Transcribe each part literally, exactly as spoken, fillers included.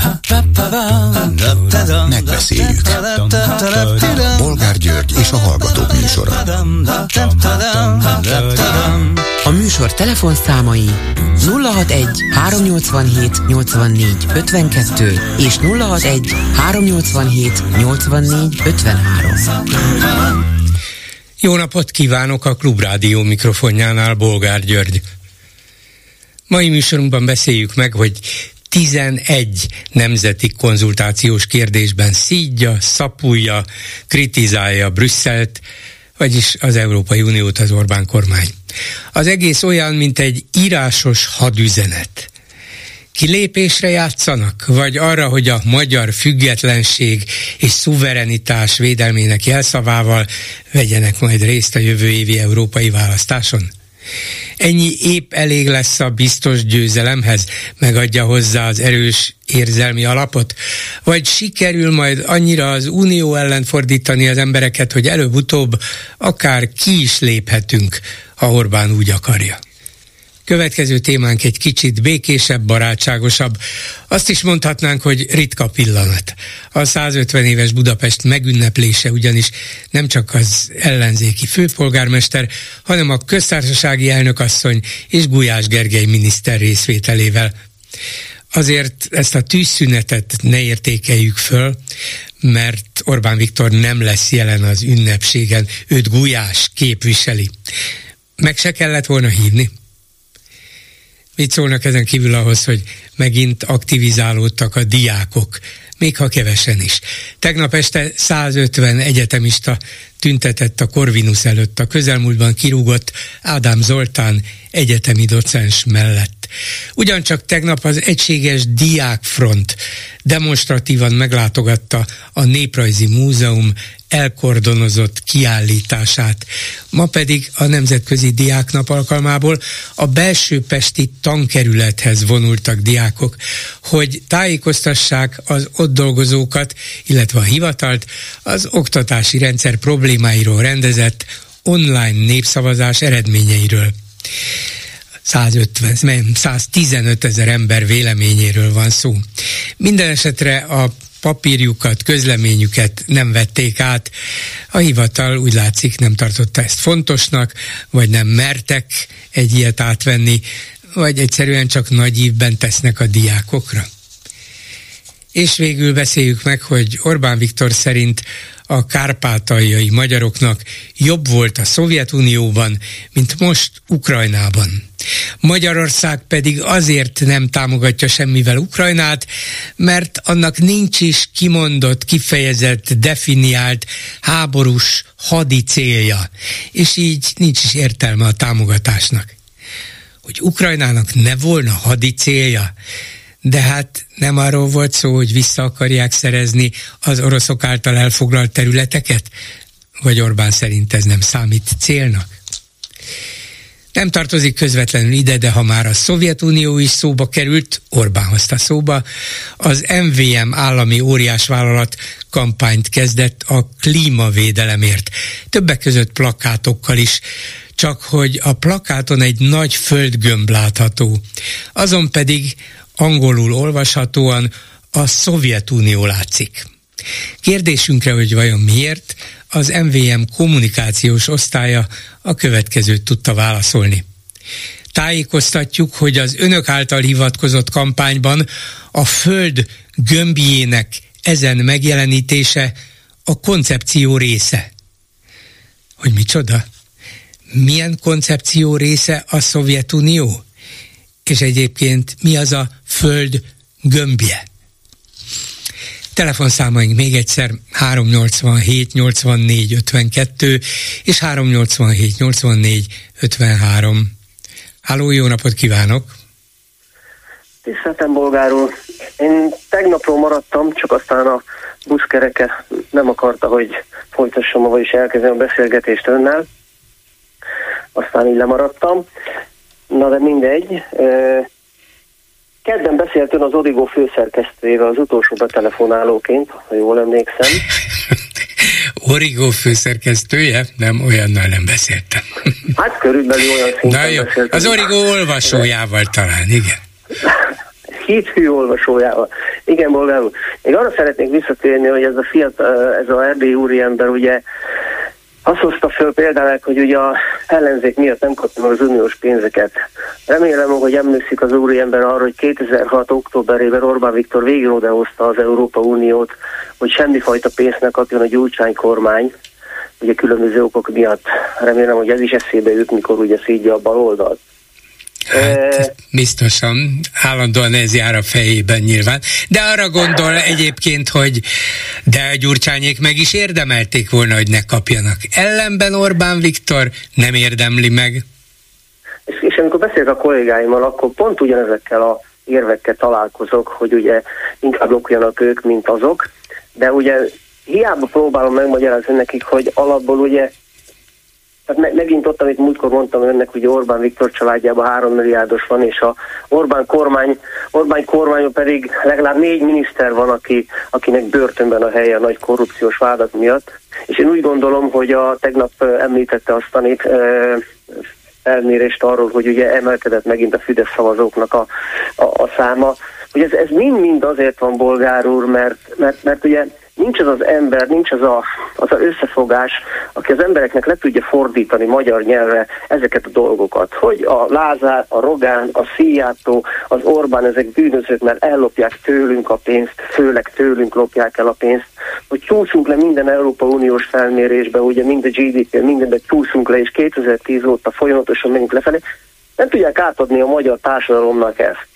Megbeszéljük. Bolgár György és a Hallgatók műsora. A műsor telefonszámai nulla hatvanegy háromnyolcvanhét nyolcvannégy ötvenkettő és nulla hatvanegy háromnyolcvanhét nyolcvannégy ötvenhárom. Jó napot kívánok, a Klubrádió mikrofonjánál Bolgár György. Mai műsorunkban beszéljük meg, hogy tizenegy nemzeti konzultációs kérdésben szídja, szapulja, kritizálja Brüsszelt, vagyis az Európai Uniót az Orbán kormány. Az egész olyan, mint egy írásos hadüzenet. Kilépésre játszanak, vagy arra, hogy a magyar függetlenség és szuverenitás védelmének jelszavával vegyenek majd részt a jövő évi európai választáson? Ennyi épp elég lesz a biztos győzelemhez, megadja hozzá az erős érzelmi alapot? Vagy sikerül majd annyira az unió ellen fordítani az embereket, hogy előbb-utóbb akár ki is léphetünk, ha Orbán úgy akarja? Következő témánk egy kicsit békésebb, barátságosabb. Azt is mondhatnánk, hogy ritka pillanat. A százötven éves Budapest megünneplése ugyanis nem csak az ellenzéki főpolgármester, hanem a köztársasági elnökasszony és Gulyás Gergely miniszter részvételével. Azért ezt a tűzszünetet ne értékeljük föl, mert Orbán Viktor nem lesz jelen az ünnepségen, őt Gulyás képviseli. Meg se kellett volna hívni? Mit szólnak ezen kívül ahhoz, hogy megint aktivizálódtak a diákok, még ha kevesen is? Tegnap este százötven egyetemista tüntetett a Corvinus előtt, a közelmúltban kirúgott Ádám Zoltán egyetemi docens mellett. Ugyancsak tegnap az Egységes Diákfront demonstratívan meglátogatta a Néprajzi Múzeum elkordonozott kiállítását. Ma pedig a Nemzetközi Diáknap alkalmából a belsőpesti tankerülethez vonultak diákok, hogy tájékoztassák az ott dolgozókat, illetve a hivatalt az oktatási rendszer problémáiról rendezett online népszavazás eredményeiről. százötven, száztizenöt ezer ember véleményéről van szó. Minden esetre a papírjukat, közleményüket nem vették át. A hivatal úgy látszik nem tartotta ezt fontosnak, vagy nem mertek egy ilyet átvenni, vagy egyszerűen csak nagy ívben tesznek a diákokra. És végül beszéljük meg, hogy Orbán Viktor szerint a kárpátaljai magyaroknak jobb volt a Szovjetunióban, mint most Ukrajnában. Magyarország pedig azért nem támogatja semmivel Ukrajnát, mert annak nincs is kimondott, kifejezett, definiált háborús hadi célja, és így nincs is értelme a támogatásnak. Hogy Ukrajnának ne volna hadi célja, de hát nem arról volt szó, hogy vissza akarják szerezni az oroszok által elfoglalt területeket? Vagy Orbán szerint ez nem számít célnak? Nem tartozik közvetlenül ide, de ha már a Szovjetunió is szóba került, Orbán hozta szóba, az em vé em állami óriásvállalat kampányt kezdett a klímavédelemért. Többek között plakátokkal is, csak hogy a plakáton egy nagy földgömb látható. Azon pedig angolul olvashatóan a Szovjetunió látszik. Kérdésünkre, hogy vajon miért, az em vé em kommunikációs osztálya a következőt tudta válaszolni. Tájékoztatjuk, hogy az önök által hivatkozott kampányban a föld gömbjének ezen megjelenítése a koncepció része. Hogy micsoda? Milyen koncepció része a Szovjetunió? És egyébként mi az a föld gömbje? Telefonszámaink még egyszer háromnyolcvanhét nyolcvannégy ötvenkettő és háromnyolcvanhét nyolcvannégy ötvenhárom. Halló, jó napot kívánok! Tiszteltem, Bolgár úr! Én tegnapról maradtam, csak aztán a buszkereke nem akarta, hogy folytassam, vagyis elkezdem a beszélgetést önnel. Aztán így lemaradtam. Na de mindegy. Kedden beszélt ön az Origo főszerkesztőjével az utolsó betelefonálóként, ha jól emlékszem. Origo főszerkesztője? Nem, olyannal nem beszéltem. Hát körülbelül olyan szinten Na jó, beszéltem. az Origo olvasójával talán, igen. Hithű olvasójával. Igen, bolgár úr. Még arra szeretnék visszatérni, hogy ez a fiatal, ez a erdélyi úriember ugye azt hozta föl például, hogy ugye a ellenzék miatt nem kapta meg az uniós pénzeket. Remélem, hogy emlékszik az úriember arra, hogy kétezer-hat októberében Orbán Viktor végül odahozta az Európa Uniót, hogy semmifajta pénzt ne kapjon a Gyurcsány kormány, ugye különböző okok miatt. Remélem, hogy ez is eszébe jut, mikor ugye szídja a baloldalt. Hát biztosan, állandóan ez jár a fejében nyilván, de arra gondol egyébként, hogy de Gyurcsányék meg is érdemelték volna, hogy ne kapjanak. Ellenben Orbán Viktor nem érdemli meg. És, és amikor beszélek a kollégáimmal, akkor pont ugyanezekkel a érvekkel találkozok, hogy ugye inkább blokkoljanak ők, mint azok, de ugye hiába próbálom megmagyarázni nekik, hogy alapból ugye tehát me- megint ott, amit múltkor mondtam önnek, hogy Orbán Viktor családjában három milliárdos van, és a Orbán kormány, Orbán kormányon pedig legalább négy miniszter van, aki, akinek börtönben a helye a nagy korrupciós vádak miatt. És én úgy gondolom, hogy a tegnap említette azt a nép felmérést arról, hogy ugye emelkedett megint a Fidesz szavazóknak a, a, a száma, hogy ez, ez mind-mind azért van, bolgár úr, mert, mert, mert ugye nincs az az ember, nincs az a, az a összefogás, aki az embereknek le tudja fordítani magyar nyelvre ezeket a dolgokat. Hogy a Lázár, a Rogán, a Szijjártó, az Orbán, ezek bűnözők, mert ellopják tőlünk a pénzt, főleg tőlünk lopják el a pénzt, hogy csúszunk le minden Európa Uniós felmérésbe, ugye mind a gé dé pé, mindenben csúszunk le, és kétezer-tíz óta folyamatosan menjünk lefelé, nem tudják átadni a magyar társadalomnak ezt.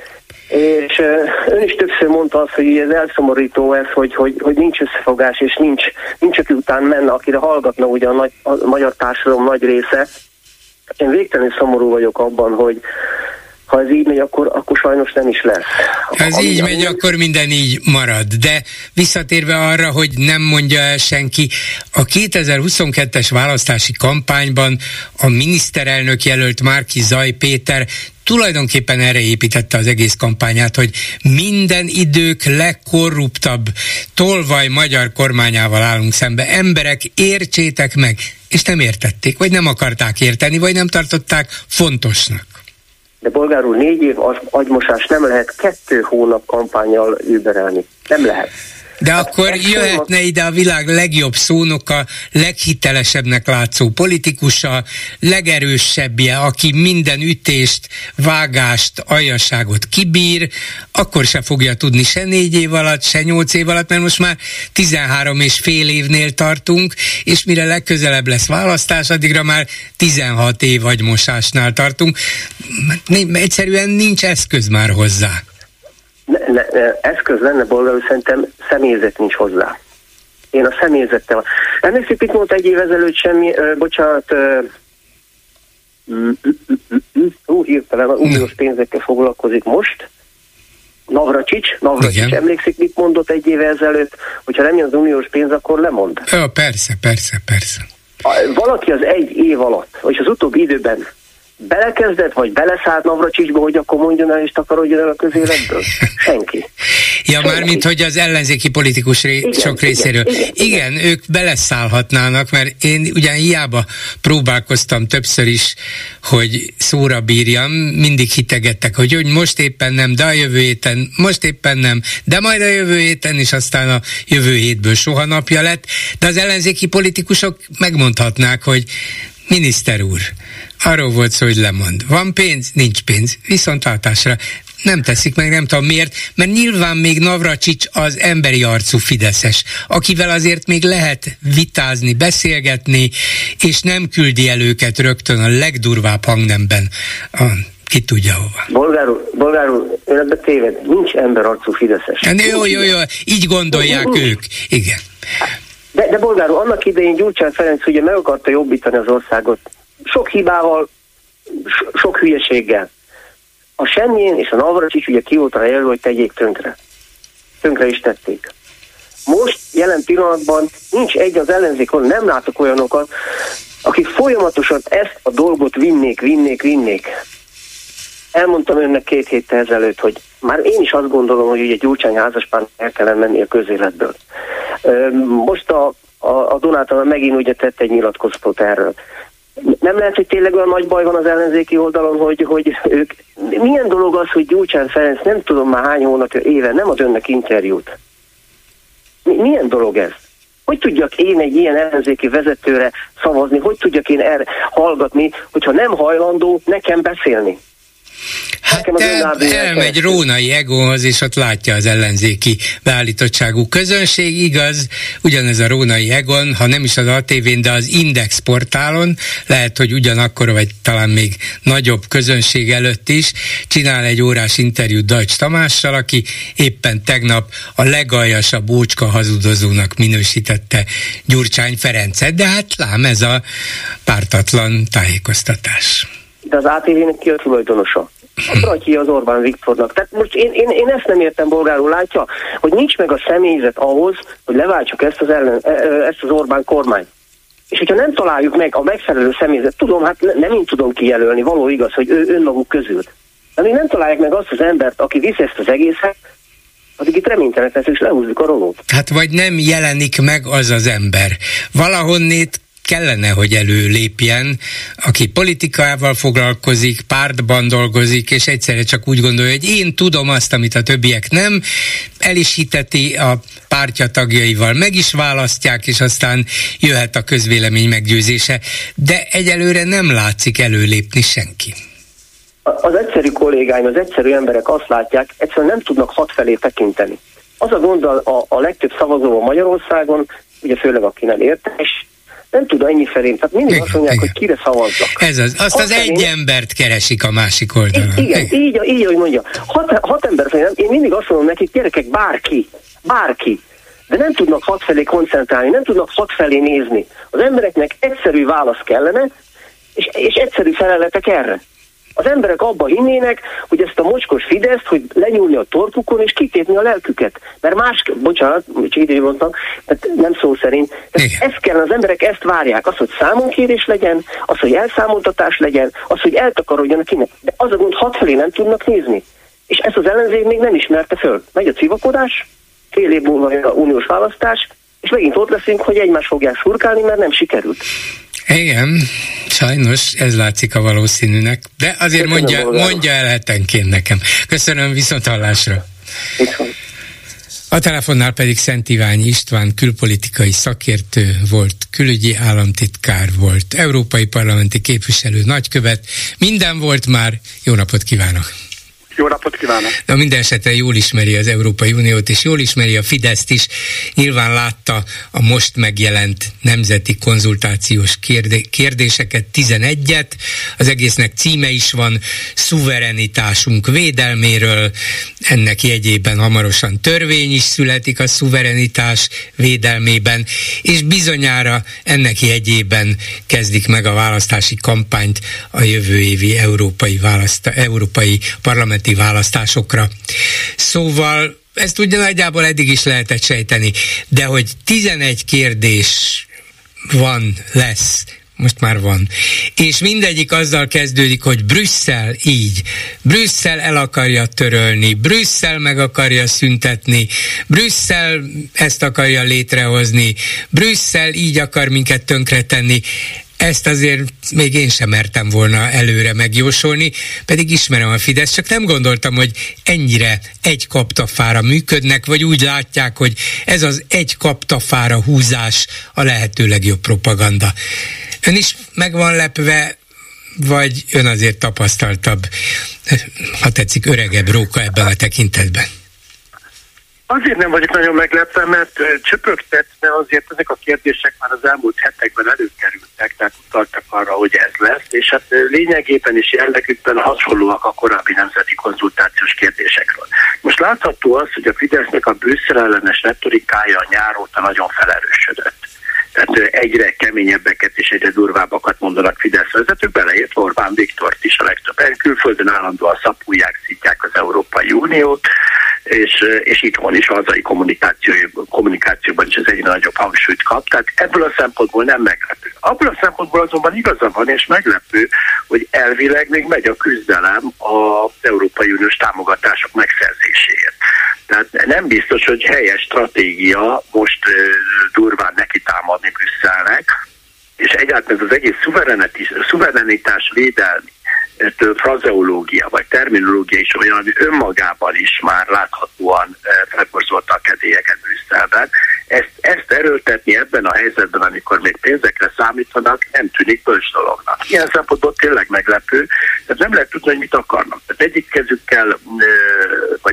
És ön is többször mondta azt, hogy ez elszomorító ez, hogy, hogy, hogy nincs összefogás, és nincs, nincs aki után menne, akire hallgatna ugye a, nagy, a magyar társadalom nagy része. Én végtelenül szomorú vagyok abban, hogy ha ez így megy, akkor, akkor sajnos nem is lesz. Ha ez így megy, akkor minden így marad. De visszatérve arra, hogy nem mondja el senki, a kétezer-huszonkettes választási kampányban a miniszterelnök jelölt Márki Zay Péter tulajdonképpen erre építette az egész kampányát, hogy minden idők legkorruptabb tolvaj magyar kormányával állunk szembe. Emberek, értsétek meg, és nem értették, vagy nem akarták érteni, vagy nem tartották fontosnak. De bolgár úr, négy év agymosás nem lehet kettő hónap kampányjal überelni. Nem lehet. De akkor jöhetne ide a világ legjobb szónoka, leghitelesebbnek látszó politikusa, legerősebbje, aki minden ütést, vágást, aljasságot kibír, akkor se fogja tudni se négy év alatt, se nyolc év alatt, mert most már tizenhárom és fél évnél tartunk, és mire legközelebb lesz választás, addigra már tizenhat év agymosásnál tartunk. Egyszerűen nincs eszköz már hozzá. Ne, ne, ne, eszköz lenne, bolgár, szerintem személyzet nincs hozzá. Én a személyzettel. Emlékszik, mit mondta egy év ezelőtt semmi, ö, bocsánat, ö, ú, hirtelen, uniós pénzekkel foglalkozik most. Navracsics, Navracsics, emlékszik, mit mondott egy év ezelőtt, hogyha nem jön az uniós pénz, akkor lemond. Ja, persze, persze, persze. Valaki az egy év alatt, vagy az utóbbi időben belekezdett, vagy beleszállt Navracsicsba, hogy akkor mondjon el és takarodjon el a közéletből? Senki. Ja, mármint, hogy az ellenzéki politikus ré- igen, sok részéről. Igen, igen, igen, igen, ők beleszállhatnának, mert én ugyan hiába próbálkoztam többször is, hogy szóra bírjam, mindig hitegettek, hogy, hogy most éppen nem, de a jövő héten, most éppen nem, de majd a jövő héten, és aztán a jövő hétből soha napja lett, de az ellenzéki politikusok megmondhatnák, hogy miniszter úr, arról volt szó, hogy lemond. Van pénz? Nincs pénz. Viszontlátásra. Nem teszik meg, nem tudom miért, mert nyilván még Navracsics az emberi arcú fideszes, akivel azért még lehet vitázni, beszélgetni, és nem küldi el őket rögtön a legdurvább hangnemben. A, ki tudja hova. Bolgár úr, bolgár úr, ön ebbe téved, nincs emberarcú fideszes. Ja, jó, jó, jó, így gondolják nincs. Ők. Igen. De, de bolgár úr, annak idején Gyurcsány Ferenc ugye meg akarta jobbítani az országot. Sok hibával, so, sok hülyeséggel. A Semjén és a Navracsics ugye ki volt a jelölő, hogy tegyék tönkre. Tönkre is tették. Most, jelen pillanatban nincs egy az ellenzékon, nem látok olyanokat, akik folyamatosan ezt a dolgot vinnék, vinnék, vinnék. Elmondtam önnek két héttel ezelőtt, hogy már én is azt gondolom, hogy ugye Gyurcsány házaspárnak el kellene menni a közéletből. Most a, a, a Donát megint ugye tett egy nyilatkozatot erről. Nem lehet, hogy tényleg olyan nagy baj van az ellenzéki oldalon, hogy, hogy ők... Milyen dolog az, hogy Gyurcsány Ferenc nem tudom már hány hónapja, éve nem ad önnek interjút? Milyen dolog ez? Hogy tudjak én egy ilyen ellenzéki vezetőre szavazni? Hogy tudjak én erre hallgatni, hogyha nem hajlandó nekem beszélni? Hát elmegy Rónai Egonhoz, és ott látja az ellenzéki beállítottságú közönség, igaz, ugyanez a Rónai Egon, ha nem is az á té vén, de az Index portálon, lehet, hogy ugyanakkor, vagy talán még nagyobb közönség előtt is, csinál egy órás interjút Deutsch Tamással, aki éppen tegnap a legaljasabb ócska hazudozónak minősítette Gyurcsány Ferencet, de hát lám ez a pártatlan tájékoztatás. De az á té vének ki a tulajdonosa? A Bratyi az Orbán Viktornak. Tehát most én, én, én ezt nem értem, bolgár úr, látja, hogy nincs meg a személyzet ahhoz, hogy leváltsuk ezt az, ellen, ezt az Orbán kormányt. És hogyha nem találjuk meg a megfelelő személyzet, tudom, hát nem én tudom kijelölni, való igaz, hogy ő önmaguk közül. De még nem találják meg azt az embert, aki viszi ezt az egészet, addig itt reménytelenek lesz, és lehúzzuk a rolót. Hát vagy nem jelenik meg az az ember. Valahonnét kellene, hogy előlépjen, aki politikával foglalkozik, pártban dolgozik, és egyszerre csak úgy gondolja, hogy én tudom azt, amit a többiek nem, el is hiteti a pártja tagjaival, meg is választják, és aztán jöhet a közvélemény meggyőzése, de egyelőre nem látszik előlépni senki. Az egyszerű kollégáim, az egyszerű emberek azt látják, egyszerűen nem tudnak hatfelé tekinteni. Az a gond a, a legtöbb szavazó Magyarországon, ugye főleg aki nem értes, nem tud ennyi felé. Tehát mindig igen, azt mondják, igen, hogy kire szavazzak. Ez az. Azt, azt az felé, egy embert keresik a másik oldalon. Igen, igen. Így, így, ahogy mondja. Hat, hat ember felé, én mindig azt mondom nekik, gyerekek, bárki, bárki. De nem tudnak hat felé koncentrálni, nem tudnak hat felé nézni. Az embereknek egyszerű válasz kellene, és, és egyszerű feleletek erre. Az emberek abba hinnének, hogy ezt a mocskos Fideszt, hogy lenyúlni a torkukon és kitépni a lelküket. Mert más, bocsánat, csak így mondtam, tehát nem szó szerint, ezt kell, az emberek ezt várják, az, hogy számonkérés legyen, az, hogy elszámoltatás legyen, az, hogy eltakarodjanak innen. De az a gond, hat felé nem tudnak nézni. És ezt az ellenzék még nem ismerte föl. Megy a civakodás, fél év múlva a uniós választás, és megint ott leszünk, hogy egymást fogják szurkálni, mert nem sikerült. Igen, sajnos ez látszik a valószínűnek, de azért mondja, mondja el hetenként nekem. Köszönöm, viszonthallásra. A telefonnál pedig Szent Iványi István külpolitikai szakértő volt, külügyi államtitkár volt, európai parlamenti képviselő, nagykövet, minden volt már. Jó napot kívánok! Jó napot kívánok! Na, minden esetre jól ismeri az Európai Uniót, és jól ismeri a Fideszt is. Nyilván látta a most megjelent nemzeti konzultációs kérdé- kérdéseket, tizenegyet. Az egésznek címe is van, szuverenitásunk védelméről. Ennek jegyében hamarosan törvény is születik a szuverenitás védelmében, és bizonyára ennek jegyében kezdik meg a választási kampányt a jövő évi európai, választ- európai parlamenti választásokra. Szóval ezt ugye nagyjából eddig is lehetett sejteni, de hogy tizenegy kérdés van, lesz, most már van, és mindegyik azzal kezdődik, hogy Brüsszel így, Brüsszel el akarja törölni, Brüsszel meg akarja szüntetni, Brüsszel ezt akarja létrehozni, Brüsszel így akar minket tönkretenni. Ezt azért még én sem mertem volna előre megjósolni, pedig ismerem a Fidesz, csak nem gondoltam, hogy ennyire egy kaptafára működnek, vagy úgy látják, hogy ez az egy kaptafára húzás a lehető legjobb propaganda. Ön is meg van lepve, vagy ön azért tapasztaltabb, ha tetszik, öregebb róka ebben a tekintetben? Azért nem vagyok nagyon meglepve, mert csöpögtet, de azért ezek a kérdések már az elmúlt hetekben előkerültek, tehát utaltak arra, hogy ez lesz, és hát lényegében is jellegükben hasonlóak a korábbi nemzeti konzultációs kérdésekről. Most látható az, hogy a Fidesznek a Brüsszel ellenes retorikája a nyár óta nagyon felerősödött. Tehát egyre keményebbeket és egyre durvábbakat mondanak Fidesz vezetők, beleértve Orbán Viktort is a legtöbb. Külföldön állandóan szapulják, szítják az Európai Uniót, és, és itthon is a hazai kommunikáció, kommunikációban is ez egyre nagyobb hangsúlyt kap. Tehát ebből a szempontból nem meglepő. Abból a szempontból azonban igaza van, és meglepő, hogy elvileg még megy a küzdelem az Európai Uniós támogatások megszerzéséért. Tehát nem biztos, hogy helyes stratégia most uh, durván neki támadni Brüsszelnek, és egyáltalán az egész szuverenitás védelmi frazeológia vagy terminológia is olyan, ami önmagában is már láthatóan felborzolta a kedélyeket Brüsszelben. Ezt, ezt erőltetni ebben a helyzetben, amikor még pénzekre számítanak, nem tűnik bölcs dolognak. Ilyen szempontból tényleg meglepő, tehát nem lehet tudni, hogy mit akarnak. Tehát egyik kezükkel, vagy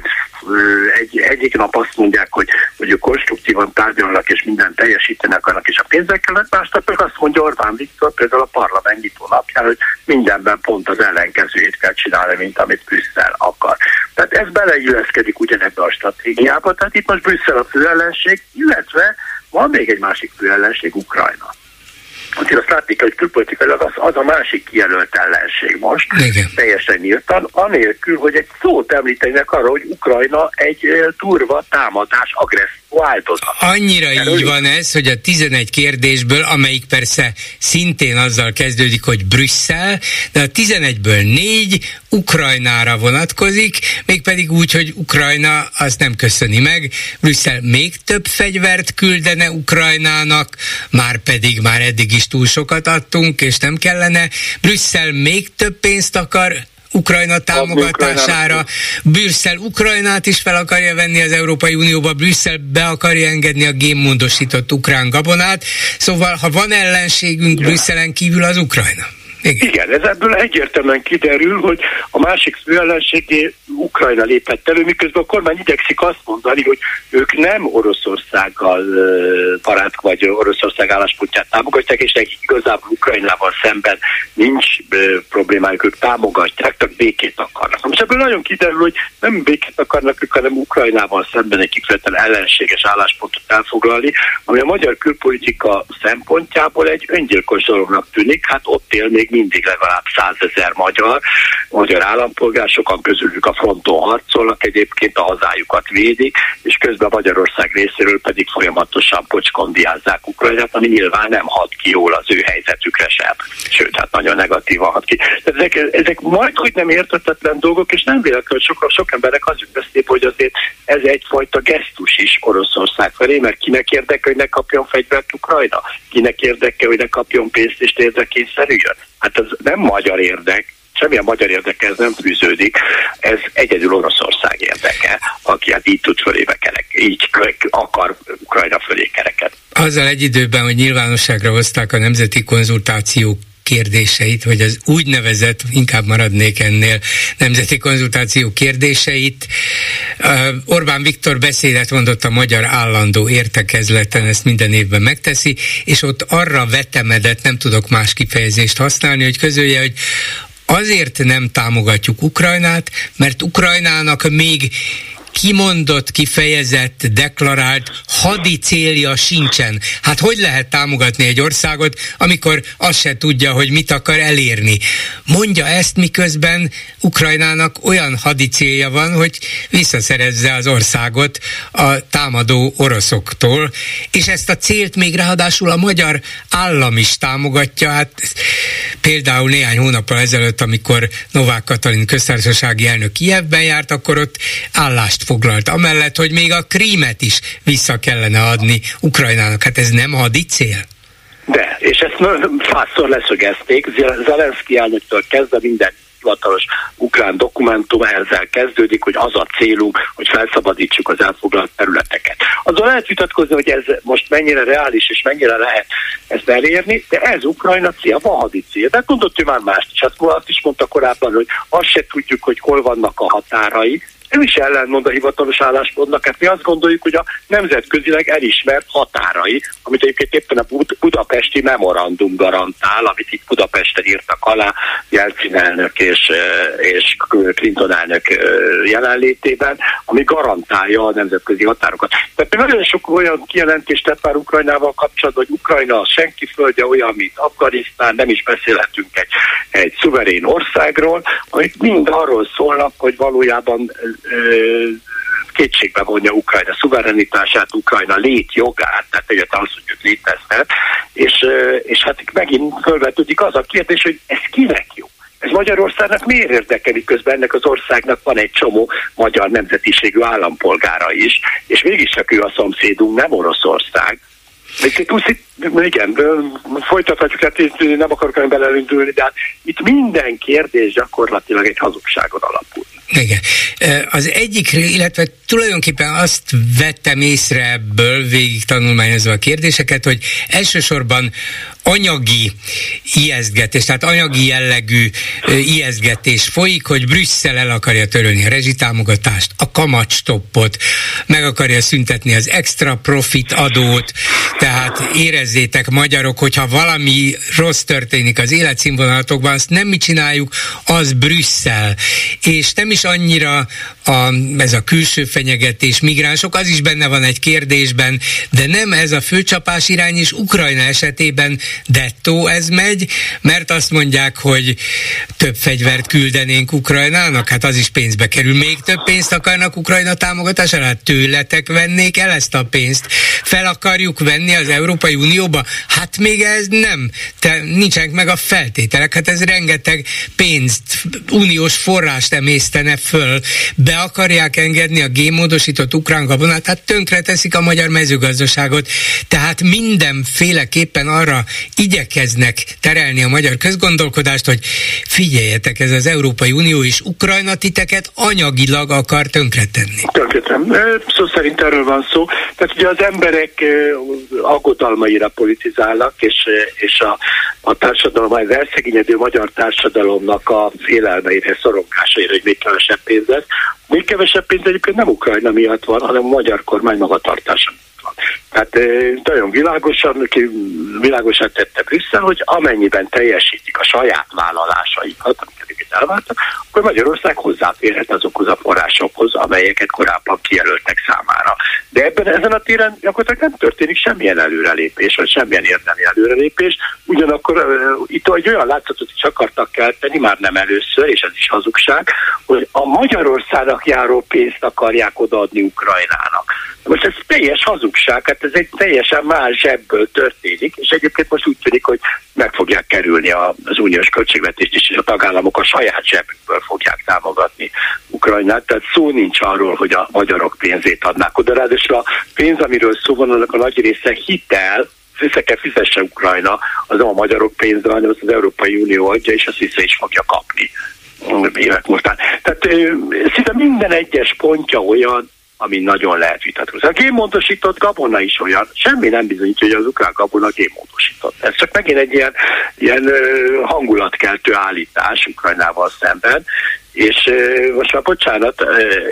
egy, egyik nap azt mondják, hogy, hogy ők konstruktívan tárgyalnak és mindent teljesíteni akarnak, és a pénzekkel, másnap meg azt mondja Orbán Viktor például a parlament nyitó napján, hogy mindenben pont az ellenkezőjét kell csinálni, mint amit Brüsszel akar. Tehát ez beleilleszkedik ugyanebbe a stratégiába, tehát itt most Brüsszel a főellenség, illetve van még egy másik főellenség, Ukrajna. Azért azt látni kell, hogy külpolitikailag az, az a másik kijelölt ellenség most, igen, teljesen nyíltan, anélkül, hogy egy szót említenek arra, hogy Ukrajna egy durva támadás, agresszió áldozat. Annyira Erről így van ez, hogy a tizenegy kérdésből, amelyik persze szintén azzal kezdődik, hogy Brüsszel, de a tizenegyből négy Ukrajnára vonatkozik, mégpedig úgy, hogy Ukrajna azt nem köszöni meg. Brüsszel még több fegyvert küldene Ukrajnának, már pedig már eddig is túl sokat adtunk, és nem kellene. Brüsszel még több pénzt akar Ukrajna támogatására. Brüsszel Ukrajnát is fel akarja venni az Európai Unióba, Brüsszel be akarja engedni a génmódosított ukrán gabonát, szóval ha van ellenségünk ja. Brüsszelen kívül, az Ukrajna. Igen. Igen, ez ebből egyértelműen kiderül, hogy a másik főellenségé Ukrajna lépett elő, miközben a kormány igyekszik azt mondani, hogy ők nem Oroszországgal barát vagy Oroszország álláspontját támogatják, és nekik igazából Ukrajnával szemben nincs problémájuk, ők támogatják, csak békét akarnak. Most ebből nagyon kiderül, hogy nem békét akarnak ők, hanem Ukrajnával szemben egy kifejezetten ellenséges álláspontot elfoglalni, ami a magyar külpolitika szempontjából egy öngyilkos dolognak tűnik, hát ott él még mindig legalább százezer magyar, magyar állampolgár, sokan közülük a fronton harcolnak, egyébként a hazájukat védik, és közben Magyarország részéről pedig folyamatosan pocskondiázzák Ukrajnát, ami nyilván nem hat ki jól az ő helyzetükre sem. Sőt, hát nagyon negatívan hat ki. Ezek, ezek majd, hogy nem értetetlen dolgok, és nem véletlenül sok, sok emberek az jut eszébe, hogy azért ez egyfajta gesztus is Oroszország felé, mert kinek érdeke, hogy ne kapjon fegyvert Ukrajna? Kinek érdeke, hogy ne kapjon pénzt és térdre kényszerüljön? Hát ez nem magyar érdek, semmilyen magyar érdeke ez nem fűződik, ez egyedül Oroszország érdeke, aki hát így tud fölébe kerek, így akar Ukrajna fölé kereket. Azzal egy időben, hogy nyilvánosságra hozták a nemzeti konzultációk kérdéseit, vagy az úgynevezett, inkább maradnék ennél, nemzeti konzultáció kérdéseit. Orbán Viktor beszédet mondott a Magyar Állandó Értekezleten, ezt minden évben megteszi, és ott arra vetemedett, nem tudok más kifejezést használni, hogy közölje, hogy azért nem támogatjuk Ukrajnát, mert Ukrajnának még kimondott, kifejezett, deklarált hadi célja sincsen. Hát hogy lehet támogatni egy országot, amikor azt se tudja, hogy mit akar elérni? Mondja ezt, miközben Ukrajnának olyan hadi célja van, hogy visszaszerezze az országot a támadó oroszoktól, és ezt a célt még ráadásul a magyar állam is támogatja. Hát például néhány hónappal ezelőtt, amikor Novák Katalin köztársasági elnök Kijevben járt, akkor ott állást foglalt amellett, hogy még a Krímet is vissza kellene adni Ukrajnának. Hát ez nem hadi cél? De, és ezt fásszor leszögezték, Zelenszky elnöktől kezdve minden hivatalos ukrán dokumentum ezzel kezdődik, hogy az a célunk, hogy felszabadítsuk az elfoglalt területeket. Azzal lehet vitatkozni, hogy ez most mennyire reális és mennyire lehet ezt elérni, de ez Ukrajna cél, van hadi cél. De mondott ő már mást is, azt is mondta korábban, hogy azt se tudjuk, hogy hol vannak a határai. Ő is ellentmond a hivatalos álláspontnak, hát mi azt gondoljuk, hogy a nemzetközileg elismert határai, amit egyébként éppen a Bud- budapesti memorandum garantál, amit itt Budapesten írtak alá Jelcin elnök és, és Clinton elnök jelenlétében, ami garantálja a nemzetközi határokat. Tehát nagyon sok olyan kijelentést tett már Ukrajnával kapcsolatban, hogy Ukrajna senki földje olyan, mint Afganisztán, nem is beszélhetünk egy, egy szuverén országról, amik mind arról szólnak, hogy valójában kétségbe vonja Ukrajna szuverenitását, Ukrajna létjogát, tehát egyáltalán azt, hogy ők létezhet, és, és hát megint felvetődik az a kérdés, hogy ez kinek jó? Ez Magyarországnak miért érdekeli, közben ennek az országnak van egy csomó magyar nemzetiségű állampolgára is, és mégis csak ő a szomszédunk, nem Oroszország. Igen, folytathatjuk, tehát nem akarok olyan belelindulni, de hát itt minden kérdés gyakorlatilag egy hazugságon alapul. Igen. Az egyik, illetve tulajdonképpen azt vettem észre ebből, végig tanulmányozva a kérdéseket, hogy elsősorban anyagi ijesztgetés, tehát anyagi jellegű ijesztgetés folyik, hogy Brüsszel el akarja törölni a rezsitámogatást, a kamatstoppot, meg akarja szüntetni az extra profit adót, tehát érezzétek magyarok, hogyha valami rossz történik az életszínvonalatokban, azt nem mi csináljuk, az Brüsszel. És nem is annyira a, ez a külső fenyegetés, migránsok, az is benne van egy kérdésben, de nem ez a főcsapás irány, és Ukrajna esetében dettó ez megy, mert azt mondják, hogy több fegyvert küldenénk Ukrajnának, hát az is pénzbe kerül. Még több pénzt akarnak Ukrajna támogatására, hát tőletek vennék el ezt a pénzt. Fel akarjuk venni az Európai Unióba? Hát még ez nem. Te, nincsenek meg a feltételek, hát ez rengeteg pénzt, uniós forrást emésztene föl. Be akarják engedni a génmódosított ukrán gabonát, hát tönkre teszik a magyar mezőgazdaságot. Tehát mindenféleképpen arra igyekeznek terelni a magyar közgondolkodást, hogy figyeljetek, ez az Európai Unió és Ukrajna titeket anyagilag akar tönkretenni. Tönkretenni. Szó szerint erről van szó. Tehát ugye az emberek aggodalmaira politizálnak, és, és a, a társadalom, az elszegényedő magyar társadalomnak a félelmeire, szorongásaira, hogy még kevesebb pénz lesz. Még kevesebb pénz egyébként nem Ukrajna miatt van, hanem a magyar kormány magatartása miatt van. Tehát nagyon világosan, világosan tette Brüsszel, hogy amennyiben teljesítik a saját vállalásaikat, amiket itt elváltak, akkor Magyarország hozzáférhet azokhoz a forrásokhoz, amelyeket korábban kijelöltek számára. De ebben ezen a téren gyakorlatilag nem történik semmilyen előrelépés, vagy semmilyen érdemi előrelépés. Ugyanakkor uh, itt egy olyan látszatot is akartak kelteni, már nem először, és ez is hazugság, hogy a Magyarországnak járó pénzt akarják odaadni Ukrajnának. Most ez teljes hazugság, hát ez egy teljesen más zsebből történik, és egyébként most úgy tűnik, hogy meg fogják kerülni az uniós költségvetést is, és a tagállamok a saját zsebükből fogják támogatni Ukrajnát, tehát szó nincs arról, hogy a magyarok pénzét adnák oda, ráadásul a pénz, amiről szó van, annak a nagy része hitel, vissza kell fizesse Ukrajna, az nem a magyarok pénze, hanem az az Európai Unió adja, és azt vissza is fogja kapni évek múltán. Tehát szinte minden egyes pontja olyan, ami nagyon lehet vitatkozni. A génmódosított gabona is olyan, semmi nem bizonyítja, hogy az ukrán gabona génmódosított. Ez csak megint egy ilyen, ilyen hangulatkeltő állítás Ukrajnával szemben, és most már bocsánat,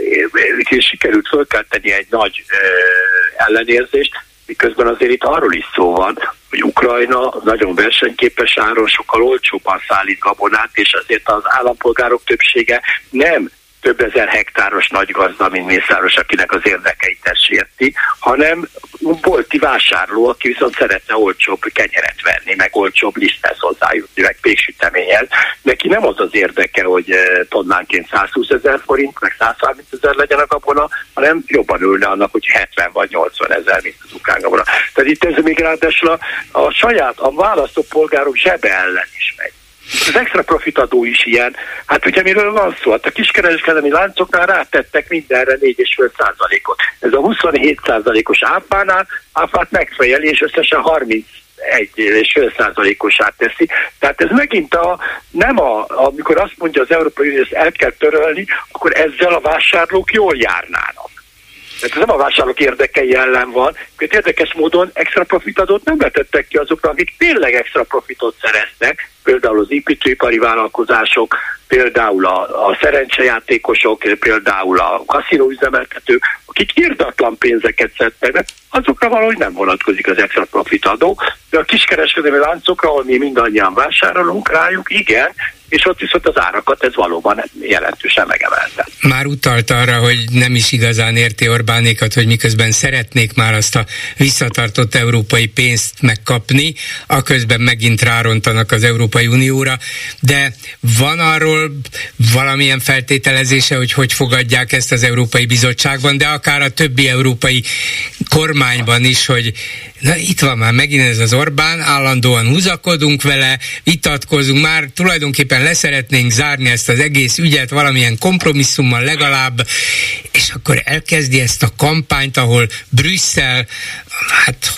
sikerült fölkelteni egy nagy ellenérzést, miközben azért itt arról is szó van, hogy Ukrajna nagyon versenyképes áron sokkal olcsóbban szállít gabonát, és azért az állampolgárok többsége nem több ezer hektáros nagy gazda, mint Mészáros, akinek az érdekeit ez sérti, hanem bolti vásárló, aki viszont szeretne olcsóbb kenyeret venni, meg olcsóbb liszthez hozzájutni, meg péksüteményhez. Neki nem az az érdeke, hogy tonnánként százhúszezer forint, meg százharmincezer legyen a gabona, hanem jobban ülne annak, hogy hetven vagy nyolcvanezer, mint az ukrán gabona. Tehát itt ez még ráadásul a, a saját, a választópolgárok zsebe ellen is megy. Az extra profit adó is ilyen. Hát ugye miről van szó? Hát a kiskereskedelmi láncoknál rátettek mindenre négy egész öt százalékot. Ez a huszonhét százalékos áfánál áfát megfejeli, és összesen harmincegy egész öt százalékosát teszi. Tehát ez megint a, nem a, amikor azt mondja az Európai Unió, hogy ezt el kell törölni, akkor ezzel a vásárlók jól járnának. Tehát ez nem a vásárlók érdekei ellen van, mert érdekes módon extra profitadót nem vetettek ki azokra, akik tényleg extra profitot szereznek, például az építőipari vállalkozások, például a, a szerencsejátékosok, például a kaszinóüzemeltetők, akik irdatlan pénzeket szedtek, azokra valahogy nem vonatkozik az extra profitadó, de a kiskereskedelmi láncokra, ahol mi mindannyian vásárolunk rájuk, igen, és ott viszont az árakat ez valóban jelentősen megemelte. Már utalt arra, hogy nem is igazán érti Orbánékat, hogy miközben szeretnék már azt a visszatartott európai pénzt megkapni, aközben megint rárontanak az Európai Unióra, de van arról valamilyen feltételezése, hogy hogy fogadják ezt az Európai Bizottságban, de akár a többi európai kormányban is, hogy na itt van már megint ez az Orbán, állandóan húzakodunk vele, vitatkozunk, már tulajdonképpen leszeretnénk zárni ezt az egész ügyet valamilyen kompromisszummal legalább, és akkor elkezdi ezt a kampányt, ahol Brüsszel, hát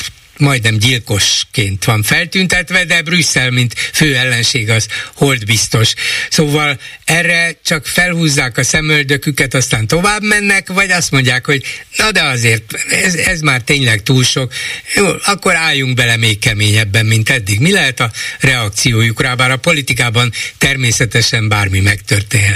majdnem gyilkosként van feltüntetve, de Brüsszel, mint fő ellenség, az holdbiztos. Szóval erre csak felhúzzák a szemöldöküket, aztán tovább mennek, vagy azt mondják, hogy na de azért ez, ez már tényleg túl sok. Jó, akkor álljunk bele még keményebben, mint eddig. Mi lehet a reakciójuk rá, bár a politikában természetesen bármi megtörténhet?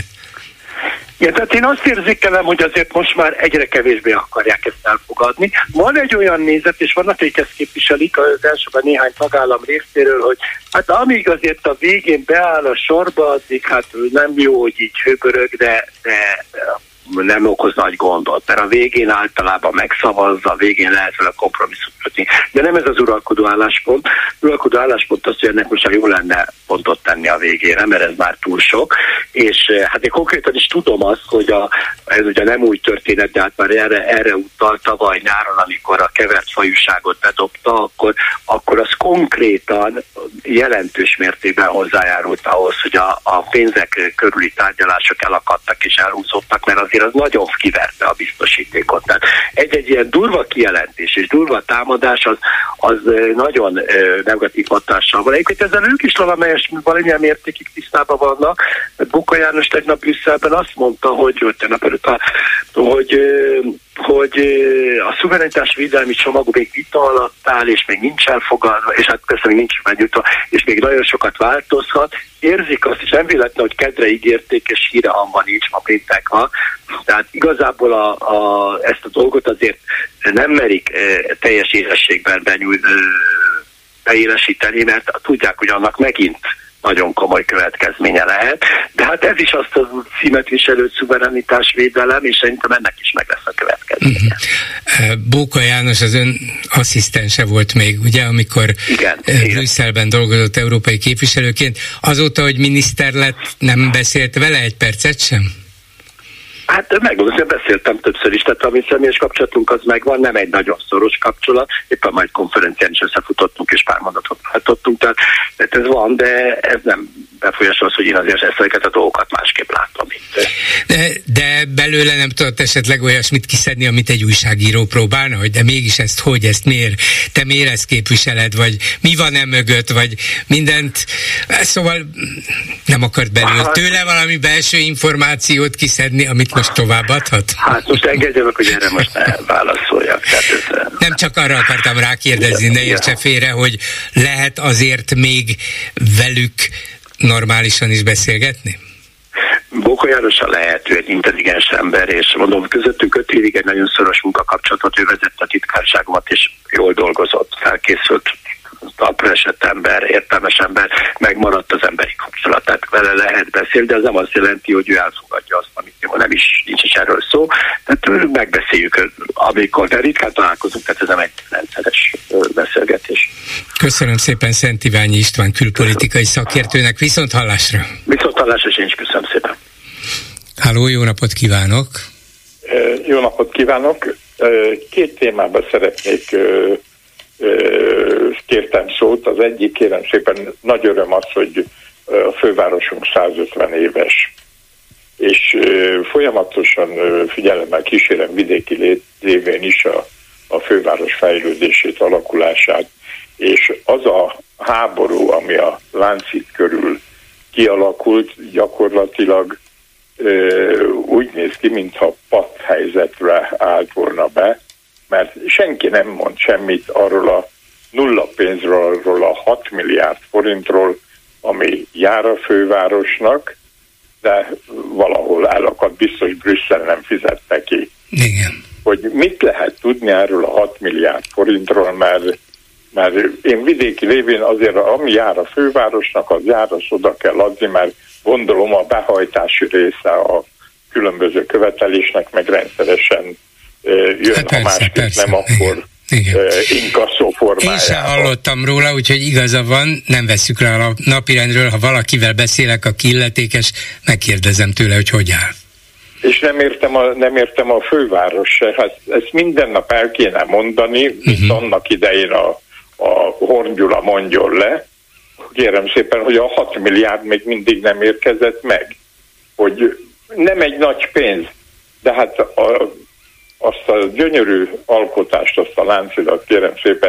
Ja, tehát én azt érzékelem, hogy azért most már egyre kevésbé akarják ezt elfogadni. Van egy olyan nézet, és vannak, akik ezt képviselik az elsőben néhány tagállam részéről, hogy hát amíg azért a végén beáll a sorba, addig hát nem jó, hogy így hőbörög, de, de nem okoz nagy gondot, mert a végén általában megszavazza, a végén lehet vele kompromisszumot kötni. De nem ez az uralkodó álláspont. Uralkodó álláspont az, hogy ennek most jó lenne pontot tenni a végére, mert ez már túl sok. És hát én konkrétan is tudom azt, hogy a, ez ugye nem új történet, de hát már erre, erre utal tavaly nyáron, amikor a kevert fajúságot bedobta, akkor, akkor az konkrétan jelentős mértékben hozzájárult ahhoz, hogy a, a pénzek körüli tárgyalások elakadtak és elhúzottak, mert azért az nagyon kiverte a biztosítékot. Tehát egy-egy ilyen durva kijelentés és durva támadás az, az nagyon negatív hatással van. Egyébként ezzel ők is valamelyes, valamilyen mértékig tisztában vannak. Bóka János tegnap Brüsszelben azt mondta, hogy, hogy, hogy, hogy a szuverenitás védelmi csomag még vita alatt áll, és még nincs elfogadva, és hát persze még nincs megnyújtva, és még nagyon sokat változhat. Érzik azt, és nem véletlen, hogy kedre ígérték, és híre hamva nincs, ma péntek van. Tehát igazából a, a, ezt a dolgot azért nem merik e, teljes érességben benyújt, e, beélesíteni, mert tudják, hogy annak megint nagyon komoly következménye lehet, de hát ez is azt a címet viselő szuverenitásvédelem, és szerintem ennek is meg lesz a következménye. Uh-huh. Bóka János az ön asszisztense volt még, ugye, amikor igen, Brüsszelben dolgozott európai képviselőként. Azóta, hogy miniszter lett, nem beszélt vele egy percet sem? Hát megmondom, hogy beszéltem többször is, tehát a mi személyes kapcsolatunk az megvan, nem egy nagyon szoros kapcsolat, éppen majd konferencián is összefutottunk és pár mondatot váltottunk, tehát, tehát ez van, de ez nem befolyásol az, hogy én azért ezeket a dolgokat másképp látom itt. De, de belőle nem tudott esetleg olyasmit kiszedni, amit egy újságíró próbálna, hogy de mégis ezt hogy, ezt miért, te miért ezt képviseled, vagy mi van e mögött, vagy mindent, szóval nem akart belőle hát, tőle valami belső információt kiszedni, amit most továbbadhat? Hát most engedje meg, hogy erre most ne válaszoljak. Tehát ez, nem csak arra akartam rákérdezni, ne értse félre, hogy lehet azért még velük normálisan is beszélgetni? Bóka Jánossal lehet, ő egy intelligens ember, és mondom, közöttünk öt évig egy nagyon szoros munkakapcsolatot, ő vezette a titkárságomat, és jól dolgozott, felkészült, talpra esett ember, értelmes ember, megmaradt az emberi kapcsolat, tehát vele lehet beszélni, de az nem azt jelenti, hogy ő elfogadja azt, amit jó, nem is, nincs is erről szó, tehát megbeszéljük, amikor, de ritkán találkozunk, tehát ez nem egy rendszeres beszélgetés. Köszönöm szépen Szent Iványi István külpolitikai szakértőnek, viszont hallásra! Viszont hallásra, és én is köszönöm szépen! Háló, jó napot kívánok! Jó napot kívánok! Két témában szeretnék kértem szót. Az egyik, kérem szépen, nagy öröm az, hogy a fővárosunk százötven éves, és folyamatosan figyelemmel kísérem vidéki lévén is a, a főváros fejlődését, alakulását, és az a háború, ami a Lánchíd körül kialakult, gyakorlatilag úgy néz ki, mintha patthelyzetre állt volna be, mert senki nem mond semmit arról a nulla pénzről, arról a hat milliárd forintról, ami jár a fővárosnak, de valahol elakadt, biztos Brüsszel nem fizette ki. Igen. Hogy mit lehet tudni erről a hat milliárd forintról, mert, mert én vidéki lévén azért, ami jár a fővárosnak, az jár, az oda kell adni, mert gondolom a behajtási része a különböző követelésnek meg rendszeresen jön, hát persze, a másképp persze, nem, akkor inkasszó formájában. Én sem hallottam róla, úgyhogy igaza van, nem vesszük rá a napirendről, ha valakivel beszélek, aki illetékes, megkérdezem tőle, hogy hogy áll. És nem értem a, nem értem a főváros se, hát ezt minden nap el kéne mondani, uh-huh. mint annak idején a, a Horn Gyula mondjon le, kérem szépen, hogy a hat milliárd még mindig nem érkezett meg, hogy nem egy nagy pénz, de hát a azt a gyönyörű alkotást, azt a Lánchidat kérem szépen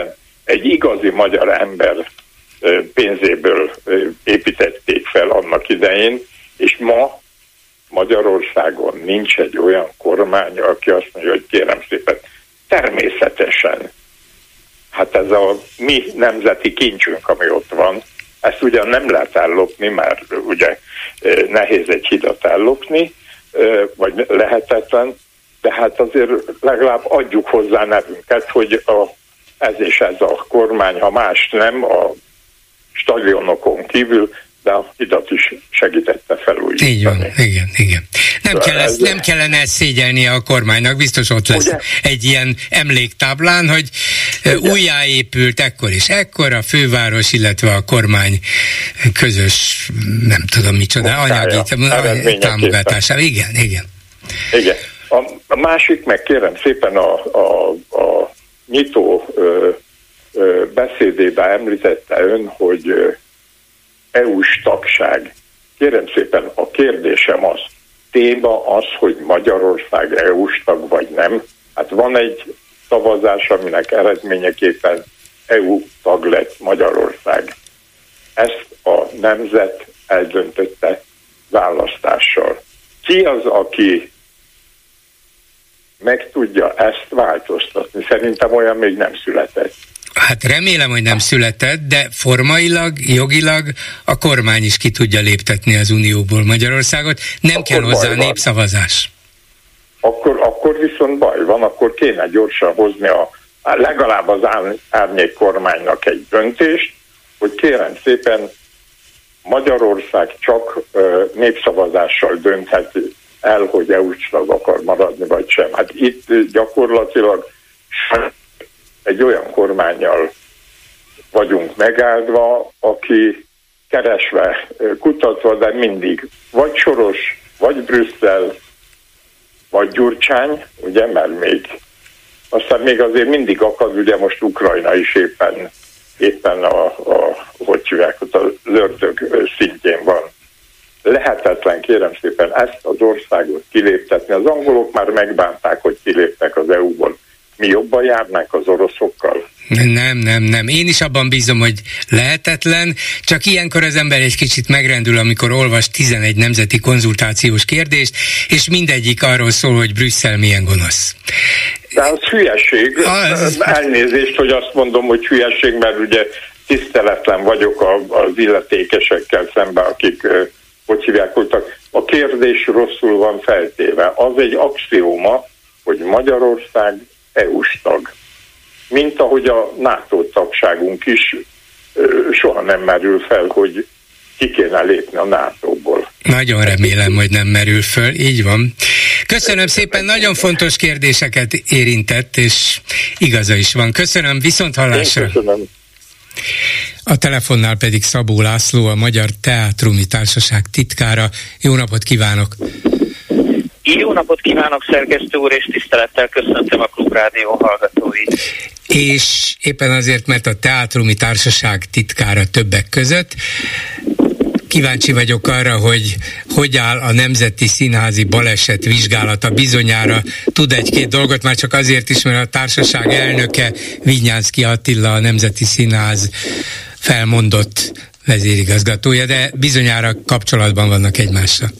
egy igazi magyar ember pénzéből építették fel annak idején, és ma Magyarországon nincs egy olyan kormány, aki azt mondja, hogy kérem szépen, természetesen, hát ez a mi nemzeti kincsünk, ami ott van, ezt ugyan nem lehet ellopni, mert ugye nehéz egy hidat ellopni, vagy lehetetlen, de hát azért legalább adjuk hozzá nevünket, hogy a, ez és ez a kormány, ha más nem, a stadionokon kívül, de a hidat is segítette felújítani. Így van, igen, igen. Nem, kell ezt, nem kellene ezt szégyelnie a kormánynak, biztos ott lesz ugye? Egy ilyen emléktáblán, hogy ugye? Újjáépült ekkor és ekkor a főváros, illetve a kormány közös, nem tudom micsoda, anyagi támogatására. Igen, igen. Igen. A, a másik, meg kérem szépen a, a, a nyitó ö, ö, beszédében említette ön, hogy ö, é u-s tagság. Kérem szépen, a kérdésem az, téma az, hogy Magyarország é u-s tag vagy nem. Hát van egy szavazás, aminek eredményeképpen é u tag lett Magyarország. Ezt a nemzet eldöntötte választással. Ki az, aki meg tudja ezt változtatni? Szerintem olyan még nem született. Hát remélem, hogy nem született, de formailag, jogilag a kormány is ki tudja léptetni az Unióból Magyarországot. Nem akkor kell hozzá népszavazás. Akkor, akkor viszont baj van, akkor kéne gyorsan hozni a, legalább az árnyék kormánynak egy döntést, hogy kérem szépen Magyarország csak ö, népszavazással döntheti el, hogy é u-s tag akar maradni, vagy sem. Hát itt gyakorlatilag egy olyan kormánnyal vagyunk megáldva, aki keresve, kutatva, de mindig vagy Soros, vagy Brüsszel, vagy Gyurcsány, ugye, mert még aztán még azért mindig akad, ugye most Ukrajna is éppen, éppen a, a hogy hívják, ott a lördög szintjén van. Lehetetlen, kérem szépen, ezt az országot kiléptetni. Az angolok már megbánták, hogy kiléptek az é u-ból. Mi jobban járnánk az oroszokkal? Nem, nem, nem. Én is abban bízom, hogy lehetetlen, csak ilyenkor az ember egy kicsit megrendül, amikor olvas tizenegy nemzeti konzultációs kérdést, és mindegyik arról szól, hogy Brüsszel milyen gonosz. De az hülyeség. Az... Elnézést, hogy azt mondom, hogy hülyeség, mert ugye tiszteletlen vagyok az illetékesekkel szemben, akik, hogy hívják, voltak. A kérdés rosszul van feltéve. Az egy axióma, hogy Magyarország é u-s tag. Mint ahogy a NATO tagságunk is soha nem merül fel, hogy ki kéne lépni a nátóból. Nagyon remélem, hogy nem merül föl, így van. Köszönöm szépen, nagyon fontos kérdéseket érintett, és igaza is van. Köszönöm, viszont hallásra. Köszönöm. A telefonnál pedig Szabó László, a Magyar Teátrumi Társaság titkára. Jó napot kívánok! Jó napot kívánok, szerkesztő úr, és tisztelettel köszöntöm a Klubrádió hallgatóit. És éppen azért, mert a Teátrumi Társaság titkára többek között, kíváncsi vagyok arra, hogy hogy áll a Nemzeti Színházi Baleset vizsgálata. Bizonyára tud egy-két dolgot, már csak azért is, mert a társaság elnöke, Vignyánszky Attila, a Nemzeti Színház felmondott vezérigazgatója, de bizonyára kapcsolatban vannak egymással.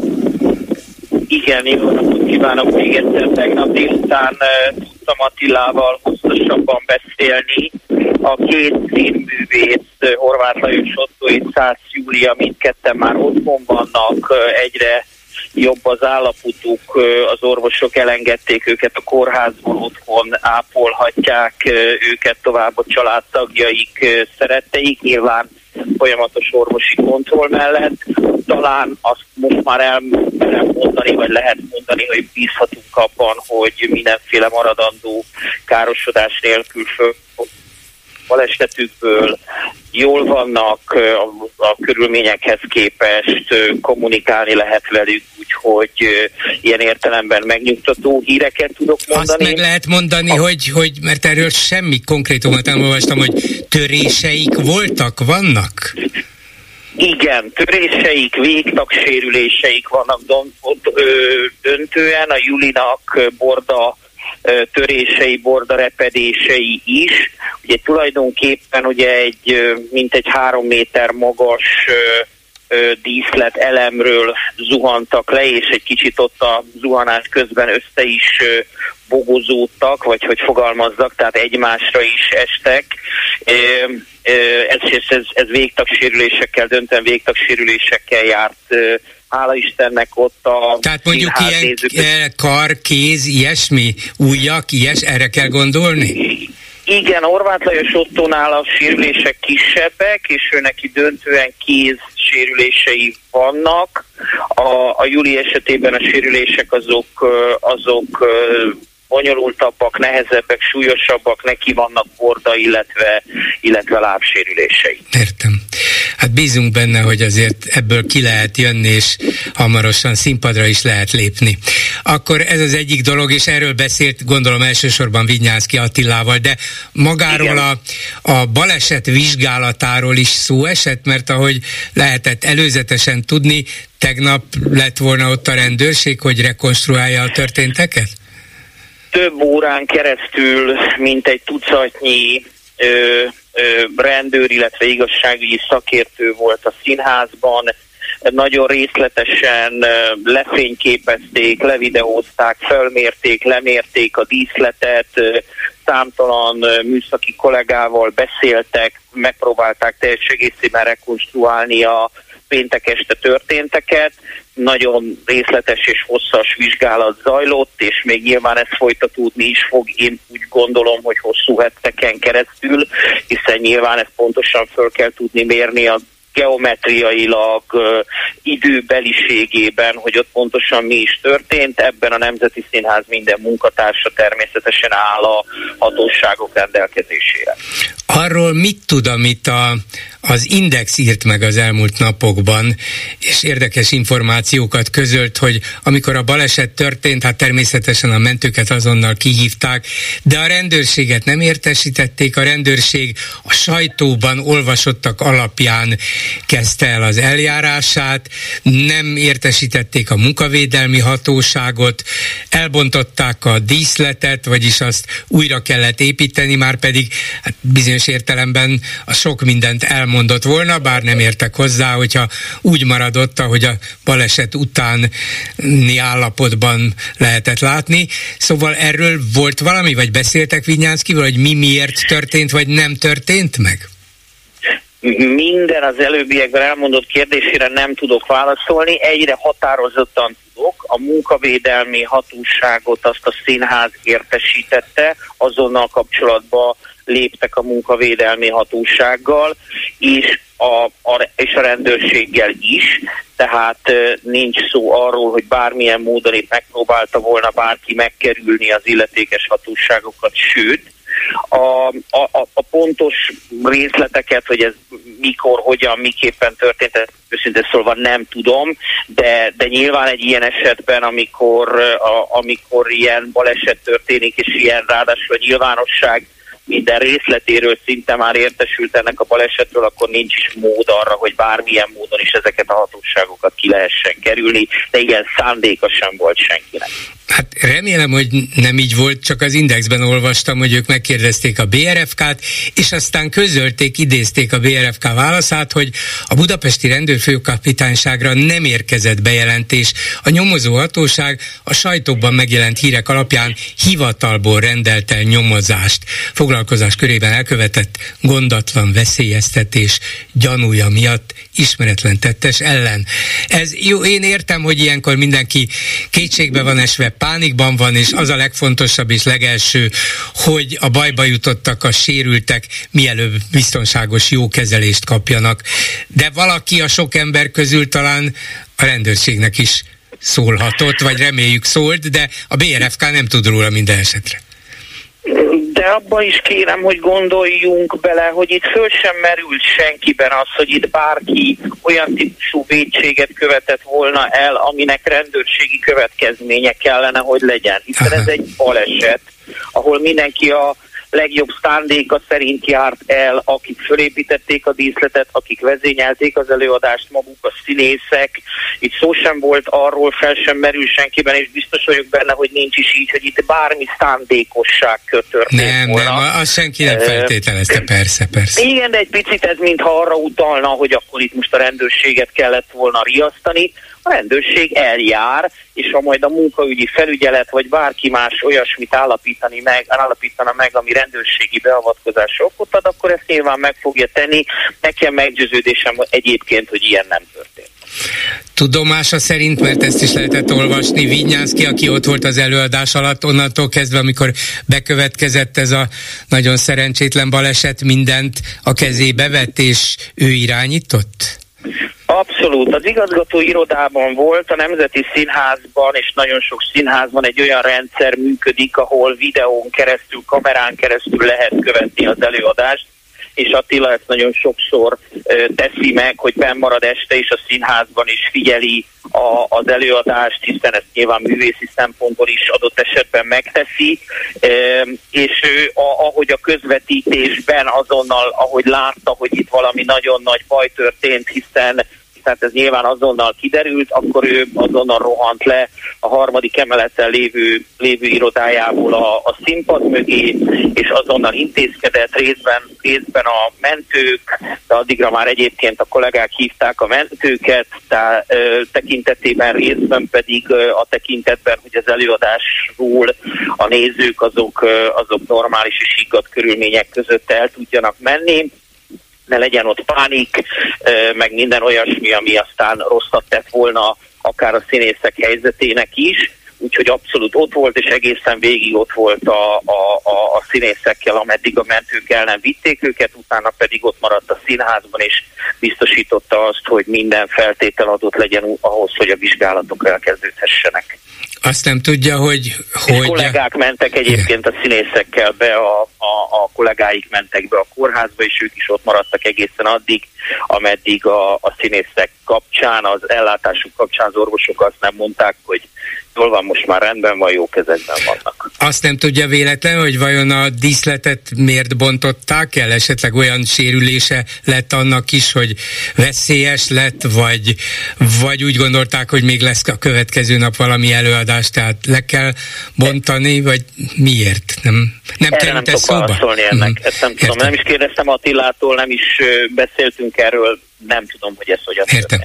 Igen, jó napot kívánok még egyszer. Tegnap délután uh, tudtam Attilával hosszasabban beszélni. A két színművész, uh, Horváth Lajos Otto és Szász Júlia, mindketten már otthon vannak, uh, egyre jobb az állapotuk, uh, az orvosok elengedték őket a kórházból, otthon ápolhatják uh, őket tovább a családtagjaik, uh, szeretteik, nyilván folyamatos orvosi kontroll mellett. Talán azt most már el merem mondani, vagy lehet mondani, hogy bízhatunk abban, hogy mindenféle maradandó károsodás nélkül föl balesetükből jól vannak, a, a körülményekhez képest kommunikálni lehet velük, úgyhogy ilyen értelemben megnyugtató híreket tudok mondani. Azt meg lehet mondani, a... hogy, hogy, mert erről semmi konkrétumot nem olvastam, hogy töréseik voltak, vannak? Igen, töréseik, végtagsérüléseik vannak döntően, a Julinak borda törései, bordarepedései is. Ugye tulajdonképpen ugye egy mintegy három méter magas díszlet elemről zuhantak le, és egy kicsit ott a zuhanás közben össze is bogozódtak, vagy hogy fogalmazzak, tehát egymásra is estek. Ez, ez, ez végtagsérülésekkel, döntően végtagsérülésekkel járt, hála Istennek ott a... Tehát mondjuk ilyen nézők... kar, kéz, ilyesmi, ujjak, ilyes, erre kell gondolni? Igen, Horváth Lajos Ottónál a sérülések kisebbek, és ő neki döntően kéz sérülései vannak. A, a Júli esetében a sérülések azok, azok bonyolultabbak, nehezebbek, súlyosabbak, neki vannak borda, illetve, illetve lábsérülései. Értem. Hát bízunk benne, hogy azért ebből ki lehet jönni, és hamarosan színpadra is lehet lépni. Akkor ez az egyik dolog, és erről beszélt, gondolom elsősorban Vidnyánszky Attilával, de magáról a, a baleset vizsgálatáról is szó esett, mert ahogy lehetett előzetesen tudni, tegnap lett volna ott a rendőrség, hogy rekonstruálja a történteket? Több órán keresztül, mint egy tucatnyi ö, ö, rendőr, illetve igazságügyi szakértő volt a színházban. Nagyon részletesen ö, lefényképezték, levideózták, felmérték, lemérték a díszletet, ö, számtalan ö, műszaki kollégával beszéltek, megpróbálták teljes egészében rekonstruálni a péntek este történteket. Nagyon részletes és hosszas vizsgálat zajlott, és még nyilván ez folytatódni is fog, én úgy gondolom, hogy hosszú heteken keresztül, hiszen nyilván ezt pontosan föl kell tudni mérni a geometriailag, időbeliségében, hogy ott pontosan mi is történt. Ebben a Nemzeti Színház minden munkatársa természetesen áll a hatóságok rendelkezésére. Arról mit tud, amit a, az Index írt meg az elmúlt napokban, és érdekes információkat közölt, hogy amikor a baleset történt, hát természetesen a mentőket azonnal kihívták, de a rendőrséget nem értesítették, a rendőrség a sajtóban olvasottak alapján kezdte el az eljárását, nem értesítették a munkavédelmi hatóságot, elbontották a díszletet, vagyis azt újra kellett építeni, már pedig hát bizonyos értelemben a sok mindent elmondott volna, bár nem értek hozzá, hogyha úgy maradott, ahogy a baleset utáni állapotban lehetett látni. Szóval erről volt valami, vagy beszéltek Vidnyánszkyval, hogy mi miért történt, vagy nem történt meg? Minden az előbbiekben elmondott kérdésére nem tudok válaszolni, egyre határozottan tudok. A munkavédelmi hatóságot azt a színház értesítette, azonnal kapcsolatba léptek a munkavédelmi hatósággal, és a, a, és a rendőrséggel is, tehát nincs szó arról, hogy bármilyen módon itt megpróbálta volna bárki megkerülni az illetékes hatóságokat, sőt, A, a, a pontos részleteket, hogy ez mikor, hogyan, miképpen történt, őszintén szólva nem tudom, de, de nyilván egy ilyen esetben, amikor, a, amikor ilyen baleset történik, és ilyen ráadásul a nyilvánosság minden részletéről szinte már értesült ennek a balesetről, akkor nincs is mód arra, hogy bármilyen módon is ezeket a hatóságokat ki lehessen kerülni, de ilyen szándéka sem volt senkinek. Hát remélem, hogy nem így volt, csak az Indexben olvastam, hogy ők megkérdezték a bé er ef ká-t, és aztán közölték, idézték a bé er ef ká válaszát, hogy a budapesti rendőrfőkapitányságra nem érkezett bejelentés. A nyomozó hatóság a sajtóban megjelent hírek alapján hivatalból rendelt el nyomozást. Foglalkozás körében elkövetett gondatlan veszélyeztetés gyanúja miatt ismeretlen tettes ellen. Ez jó, én értem, hogy ilyenkor mindenki kétségbe van esve, pánikban van, és az a legfontosabb és legelső, hogy a bajba jutottak a sérültek mielőbb biztonságos jó kezelést kapjanak. De valaki a sok ember közül talán a rendőrségnek is szólhatott, vagy reméljük szólt, de a bé er ef ká nem tud róla minden esetre. De abban is kérem, hogy gondoljunk bele, hogy itt föl sem merült senkiben az, hogy itt bárki olyan típusú vétséget követett volna el, aminek rendőrségi következménye kellene, hogy legyen. Hiszen ez egy baleset, ahol mindenki a legjobb szándéka szerint járt el, akik fölépítették a díszletet, akik vezényelték az előadást, maguk a színészek. Itt szó sem volt arról, fel sem merül senkiben, és biztos vagyok benne, hogy nincs is így, hogy itt bármi szándékosság történt nem, volna. Nem, azt senki nem feltételezte, persze, persze. Igen, de egy picit ez mintha arra utalna, hogy akkor itt most a rendőrséget kellett volna riasztani. A rendőrség eljár, és ha majd a munkaügyi felügyelet, vagy bárki más olyasmit állapítani meg, állapítana meg, ami rendőrségi beavatkozásra okot ad, akkor ezt nyilván meg fogja tenni. Nekem meggyőződésem egyébként, hogy ilyen nem történt. Tudomása szerint, mert ezt is lehetett olvasni, Vignyánszky, aki ott volt az előadás alatt, onnantól kezdve, amikor bekövetkezett ez a nagyon szerencsétlen baleset, mindent a kezébe vett, és ő irányított? Abszolút. Az igazgató irodában volt, a Nemzeti Színházban és nagyon sok színházban egy olyan rendszer működik, ahol videón keresztül, kamerán keresztül lehet követni az előadást, és Attila ezt nagyon sokszor ö, teszi meg, hogy bennmarad este is a színházban, és figyeli a, az előadást, hiszen ezt nyilván művészi szempontból is adott esetben megteszi, ö, és ő, a, ahogy a közvetítésben azonnal, ahogy látta, hogy itt valami nagyon nagy baj történt, hiszen tehát ez nyilván azonnal kiderült, akkor ő azonnal rohant le a harmadik emeleten lévő, lévő irodájából a, a színpad mögé, és azonnal intézkedett, részben, részben a mentők, de addigra már egyébként a kollégák hívták a mentőket, tehát ö, tekintetében részben pedig ö, a tekintetben, hogy az előadásról a nézők azok, ö, azok normális és higgadt körülmények között el tudjanak menni, ne legyen ott pánik, meg minden olyasmi, ami aztán rosszat tett volna akár a színészek helyzetének is, úgyhogy abszolút ott volt, és egészen végig ott volt a, a, a, a színészekkel, ameddig a mentők el nem vitték őket, utána pedig ott maradt a színházban, és biztosította azt, hogy minden feltétel adott legyen ahhoz, hogy a vizsgálatok elkezdődhessenek. Azt nem tudja, hogy... És hogy kollégák mentek egyébként a színészekkel be, a, a, a kollégáik mentek be a kórházba, és ők is ott maradtak egészen addig, ameddig a, a színészek kapcsán, az ellátásuk kapcsán az orvosok azt nem mondták, hogy jól van, most már rendben van, jó kezekben vannak. Azt nem tudja véletlen, hogy vajon a díszletet miért bontották el? Esetleg olyan sérülése lett annak is, hogy veszélyes lett, vagy, vagy úgy gondolták, hogy még lesz a következő nap valami előadás, tehát le kell bontani, vagy miért? Nem, nem került ez szóba? Nem tudok válaszolni ennek, mm. ezt nem tudom. Nem is kérdeztem Attilától, nem is beszéltünk erről, nem tudom, hogy ez hogyan történt.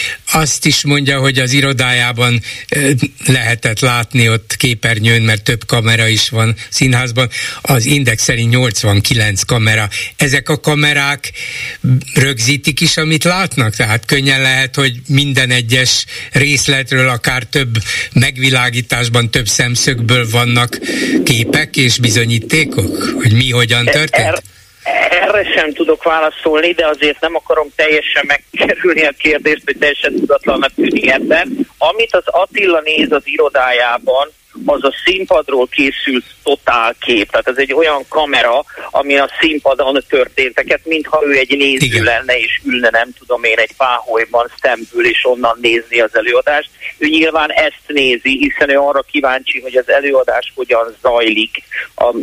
Azt is mondja, hogy az irodájában lehetett látni ott képernyőn, mert több kamera is van színházban. Az Index szerint nyolcvankilenc kamera. Ezek a kamerák rögzítik is, amit látnak? Tehát könnyen lehet, hogy minden egyes részletről akár több megvilágításban, több szemszögből vannak képek és bizonyítékok? Hogy mi hogyan történt? Erre sem tudok válaszolni, de azért nem akarom teljesen megkerülni a kérdést, hogy teljesen tudatlannak tűnik ebben. Amit az Attila néz az irodájában, az a színpadról készült totál kép. Tehát ez egy olyan kamera, ami a színpadon történteket, mintha ő egy néző Igen. lenne, és ülne, nem tudom én, egy páholyban szemből, és onnan nézni az előadást. Ő nyilván ezt nézi, hiszen ő arra kíváncsi, hogy az előadás hogyan zajlik, a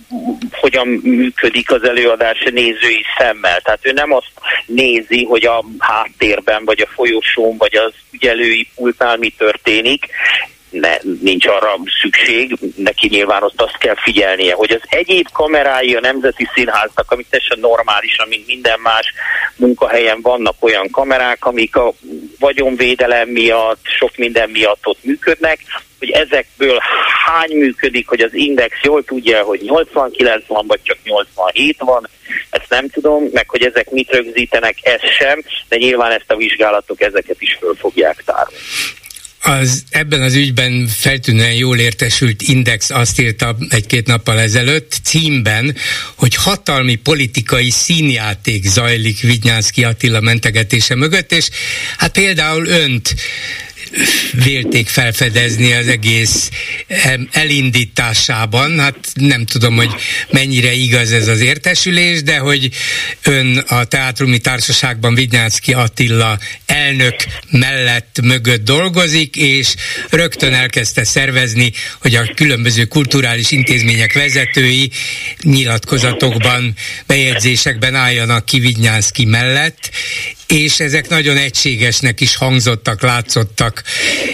hogyan működik az előadás nézői szemmel. Tehát ő nem azt nézi, hogy a háttérben, vagy a folyosón, vagy az ügyelői pultnál mi történik, ne, nincs arra szükség, neki nyilván ott azt kell figyelnie, hogy az egyéb kamerái a Nemzeti Színháznak, amik teljesen normális, mint minden más munkahelyen vannak olyan kamerák, amik a vagyonvédelem miatt, sok minden miatt ott működnek, hogy ezekből hány működik, hogy az Index jól tudja, hogy nyolcvankilenc van, vagy csak nyolcvanhét van, ezt nem tudom, meg hogy ezek mit rögzítenek, ez sem, de nyilván ezt a vizsgálatok ezeket is föl fogják tárni. Az, ebben az ügyben feltűnően jól értesült Index azt írta egy-két nappal ezelőtt címben, hogy hatalmi politikai színjáték zajlik Vignyánszky Attila mentegetése mögött, és hát például önt vélték felfedezni az egész elindításában. Hát nem tudom, hogy mennyire igaz ez az értesülés, de hogy ön a Teátrumi Társaságban Vignyánszky Attila elnök mellett mögött dolgozik, és rögtön elkezdte szervezni, hogy a különböző kulturális intézmények vezetői nyilatkozatokban, bejegyzésekben álljanak ki Vidnyánszky mellett, és ezek nagyon egységesnek is hangzottak, látszottak.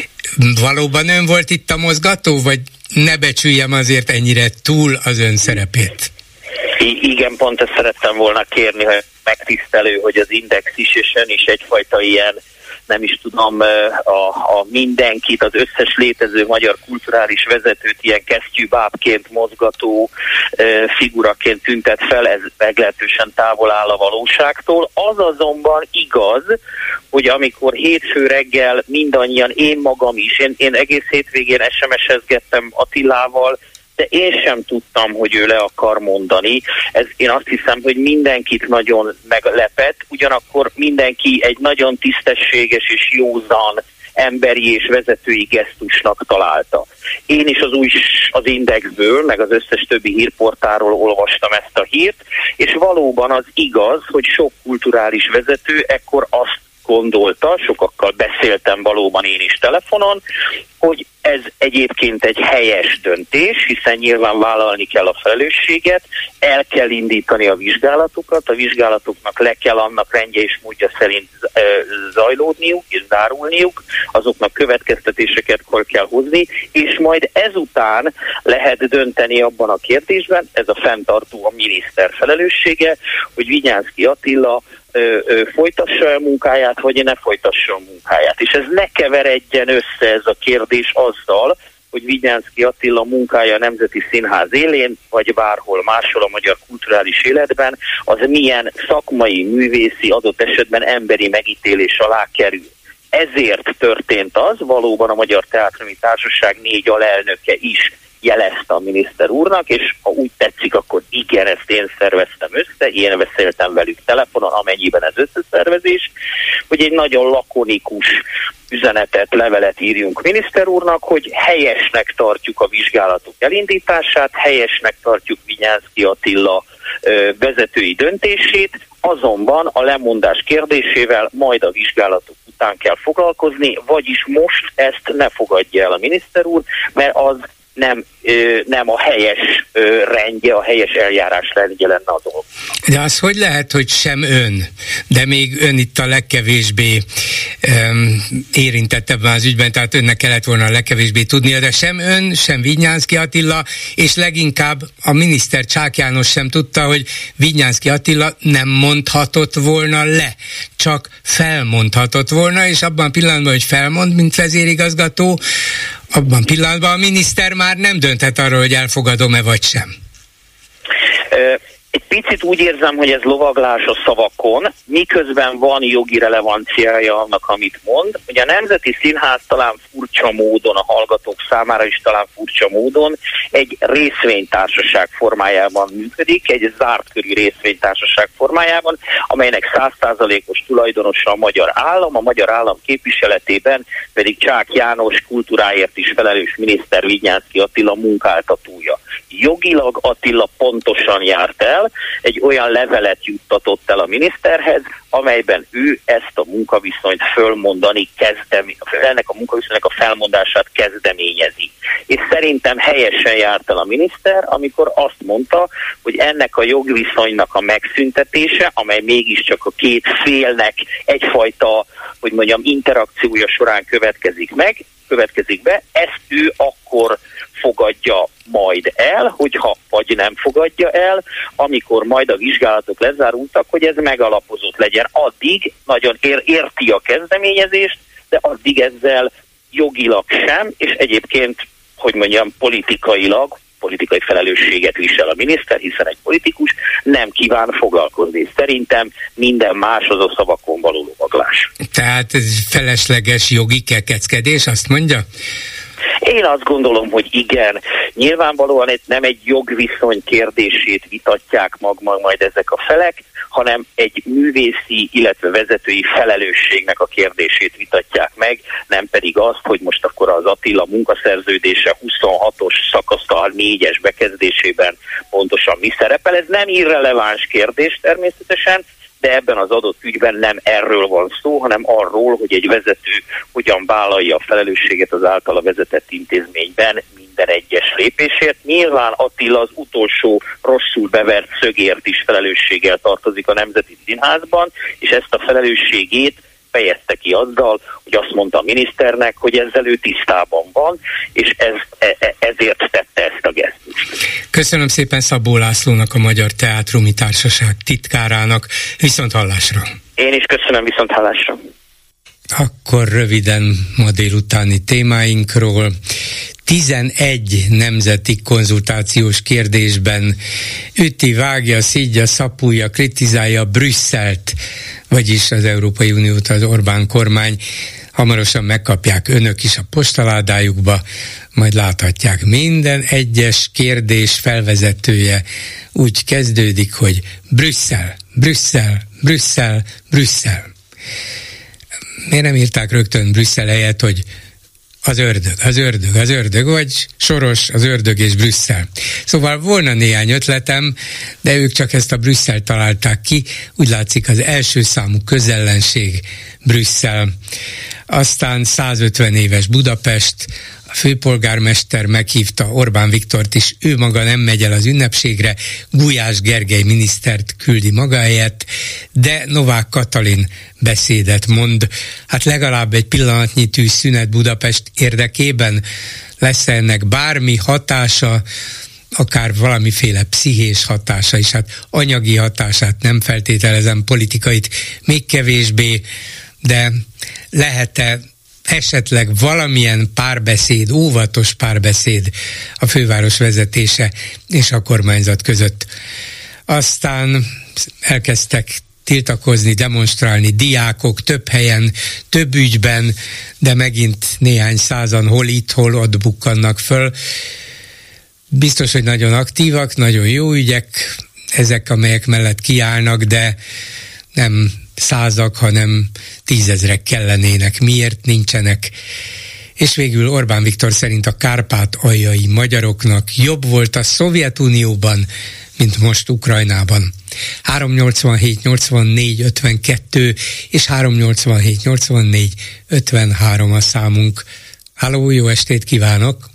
Valóban ön volt itt a mozgató, vagy ne becsüljem azért ennyire túl az ön szerepét? I- igen, pont ezt szerettem volna kérni, hogy megtisztelő, hogy az Index is és ön is egyfajta ilyen, nem is tudom, a, a mindenkit, az összes létező magyar kulturális vezetőt ilyen kesztyűbábként mozgató e, figuraként tüntet fel, ez meglehetősen távol áll a valóságtól. Az azonban igaz, hogy amikor hétfő reggel mindannyian, én magam is, én, én egész hétvégén es em es-ezgettem Attilával, de én sem tudtam, hogy ő le akar mondani. Ez, én azt hiszem, hogy mindenkit nagyon meglepett, ugyanakkor mindenki egy nagyon tisztességes és józan emberi és vezetői gesztusnak találta. Én is az új az Indexből, meg az összes többi hírportáról olvastam ezt a hírt, és valóban az igaz, hogy sok kulturális vezető ekkor azt gondolta, sokakkal beszéltem valóban én is telefonon, hogy ez egyébként egy helyes döntés, hiszen nyilván vállalni kell a felelősséget, el kell indítani a vizsgálatokat, a vizsgálatoknak le kell annak rendje és módja szerint zajlódniuk és zárulniuk, azoknak következtetéseket kell hozni, és majd ezután lehet dönteni abban a kérdésben, ez a fenntartó a miniszter felelőssége, hogy Vidnyánszky Attila Ö, ö, folytassa a munkáját, vagy ne folytassa a munkáját. És ez ne keveredjen össze ez a kérdés azzal, hogy Vidnyánszky Attila munkája a Nemzeti Színház élén, vagy bárhol máshol a magyar kulturális életben, az milyen szakmai, művészi, adott esetben emberi megítélés alá kerül. Ezért történt az, valóban a Magyar Teátrumi Társaság négy alelnöke is jelezte a miniszter úrnak, és ha úgy tetszik, akkor igen, ezt én szerveztem össze, én beszéltem velük telefonon, amennyiben ez összeszervezés, hogy egy nagyon lakonikus üzenetet, levelet írjunk miniszter úrnak, hogy helyesnek tartjuk a vizsgálatok elindítását, helyesnek tartjuk Vidnyánszky Attila ö, vezetői döntését, azonban a lemondás kérdésével majd a vizsgálatok után kell foglalkozni, vagyis most ezt ne fogadja el a miniszter úr, mert az nem, ö, nem a helyes ö, rendje, a helyes eljárás rendje lenne a dolog. De az hogy lehet, hogy sem ön, de még ön itt a legkevésbé um, érintett ebben az ügyben, tehát önnek kellett volna a legkevésbé tudnia, de sem ön, sem Vidnyánszky Attila, és leginkább a miniszter Csák János sem tudta, hogy Vidnyánszky Attila nem mondhatott volna le, csak felmondhatott volna, és abban a pillanatban, hogy felmond, mint vezérigazgató, abban pillanatban a miniszter már nem dönthet arról, hogy elfogadom-e vagy sem. Egy picit úgy érzem, hogy ez lovaglás a szavakon, miközben van jogi relevanciája annak, amit mond. Ugye a Nemzeti Színház talán furcsa módon, a hallgatók számára is talán furcsa módon egy részvénytársaság formájában működik, egy zárt körű részvénytársaság formájában, amelynek száz százalékos tulajdonosa a magyar állam, a magyar állam képviseletében pedig Csák János kultúráért is felelős miniszter Vidnyánszky Attila munkáltatója. Jogilag Attila pontosan járt el, egy olyan levelet juttatott el a miniszterhez, amelyben ő ezt a munkaviszonyt fölmondani kezdem, ennek a munkaviszonynak a felmondását kezdeményezi. És szerintem helyesen járt el a miniszter, amikor azt mondta, hogy ennek a jogviszonynak a megszüntetése, amely mégiscsak a két félnek egyfajta, hogy mondjam, interakciója során következik meg, következik be, ezt ő akkor fogadja majd el, hogyha vagy nem fogadja el, amikor majd a vizsgálatok lezárultak, hogy ez megalapozott legyen. Addig nagyon ér, érti a kezdeményezést, de addig ezzel jogilag sem, és egyébként, hogy mondjam, politikailag, politikai felelősséget visel a miniszter, hiszen egy politikus nem kíván foglalkozni. Szerintem minden más az a szavakon való lovaglás. Tehát ez felesleges jogi kekeckedés, azt mondja? Én azt gondolom, hogy igen. Nyilvánvalóan nem egy jogviszony kérdését vitatják mag, mag majd ezek a felek, hanem egy művészi, illetve vezetői felelősségnek a kérdését vitatják meg, nem pedig azt, hogy most akkor az Attila munkaszerződése huszonhatos szakasztal négyes bekezdésében pontosan mi szerepel. Ez nem irreleváns kérdés természetesen, de de ebben az adott ügyben nem erről van szó, hanem arról, hogy egy vezető hogyan vállalja a felelősséget az általa vezetett intézményben minden egyes lépésért. Nyilván Attila az utolsó rosszul bevert szögért is felelősséggel tartozik a Nemzeti Színházban, és ezt a felelősségét fejezte ki azzal, hogy azt mondta a miniszternek, hogy ezzel ő tisztában van, és ez, ezért tette ezt a gesztust. Köszönöm szépen Szabó Lászlónak, a Magyar Teátrumi Társaság titkárának. Viszont hallásra! Én is köszönöm, viszont hallásra! Akkor röviden ma délutáni témáinkról. tizenegy nemzeti konzultációs kérdésben üti, vágja, szídja, szapulja, kritizálja Brüsszelt, vagyis az Európai Uniót az Orbán kormány. Hamarosan megkapják önök is a postaládájukba, majd láthatják, minden egyes kérdés felvezetője úgy kezdődik, hogy Brüsszel, Brüsszel, Brüsszel, Brüsszel. Miért nem írták rögtön Brüsszel helyett, hogy az ördög, az ördög, az ördög, vagy Soros, az ördög és Brüsszel. Szóval volna néhány ötletem, de ők csak ezt a Brüsszelt találták ki, úgy látszik az első számú közellenség Brüsszel. Aztán százötven éves Budapest, a főpolgármester meghívta Orbán Viktort is, ő maga nem megy el az ünnepségre, Gulyás Gergely minisztert küldi maga helyett, de Novák Katalin beszédet mond. Hát legalább egy pillanatnyi tűzszünet Budapest érdekében, lesz ennek bármi hatása, akár valamiféle pszichés hatása is, hát anyagi hatását nem feltételezem, politikait még kevésbé, de lehet-e esetleg valamilyen párbeszéd, óvatos párbeszéd a főváros vezetése és a kormányzat között. Aztán elkezdtek tiltakozni, demonstrálni diákok több helyen, több ügyben, de megint néhány százan hol itt, hol ott bukkannak föl. Biztos, hogy nagyon aktívak, nagyon jó ügyek, ezek, amelyek mellett kiállnak, de nem százak, hanem tízezrek kellenének. Miért nincsenek? És végül Orbán Viktor szerint a kárpát-aljai magyaroknak jobb volt a Szovjetunióban, mint most Ukrajnában. három nyolcvanhét nyolcvannégy ötvenkettő és három nyolcvanhét nyolcvannégy ötvenhárom a számunk. Halló, jó estét kívánok!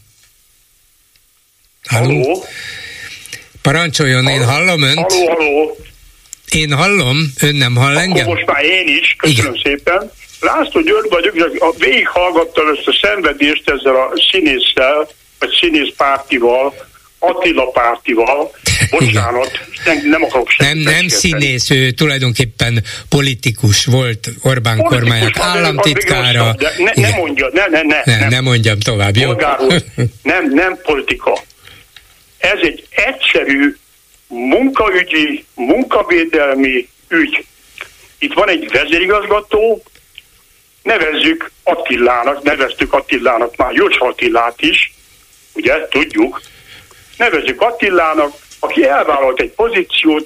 Halló? Halló? Parancsoljon, halló. Én hallom önt. Halló, halló. Én hallom, ön nem hall Akkor engem? most már én is, köszönöm Igen. szépen. László György vagyok, végighallgattam ezt a szenvedést ezzel a színésszel, vagy színészpártival, Attila pártival. Bocsánat, nem, nem akarok semmit. Nem, nem színész, ő tulajdonképpen politikus volt, Orbán politikus, kormánynak államtitkára. De ne, ne mondja, ne, ne, ne. Ne, nem, nem mondjam tovább, jó? Polgárul, nem, nem politika. Ez egy egyszerű munkaügyi, munkavédelmi ügy. Itt van egy vezérigazgató, nevezzük Attilának, neveztük Attilának már Jócs Attilát is, ugye, tudjuk, nevezzük Attilának, aki elvállalt egy pozíciót,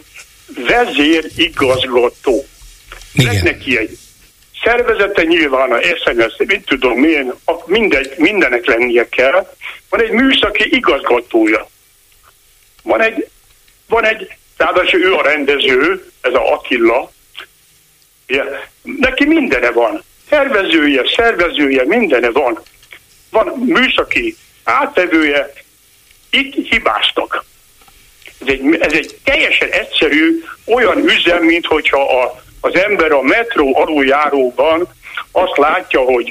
vezérigazgató. Lett neki egy szervezete, nyilván a es en es, mit tudom én, mindegy, mindenek lennie kell, van egy műszaki igazgatója. Van egy Van egy, ráadásul ő a rendező, ez a Attila, yeah. Neki mindene van. Szervezője, szervezője, mindene van. Van műszaki áttevője, itt hibáztak. Ez egy, ez egy teljesen egyszerű olyan üzem, mint hogyha a, az ember a metró aluljáróban azt látja, hogy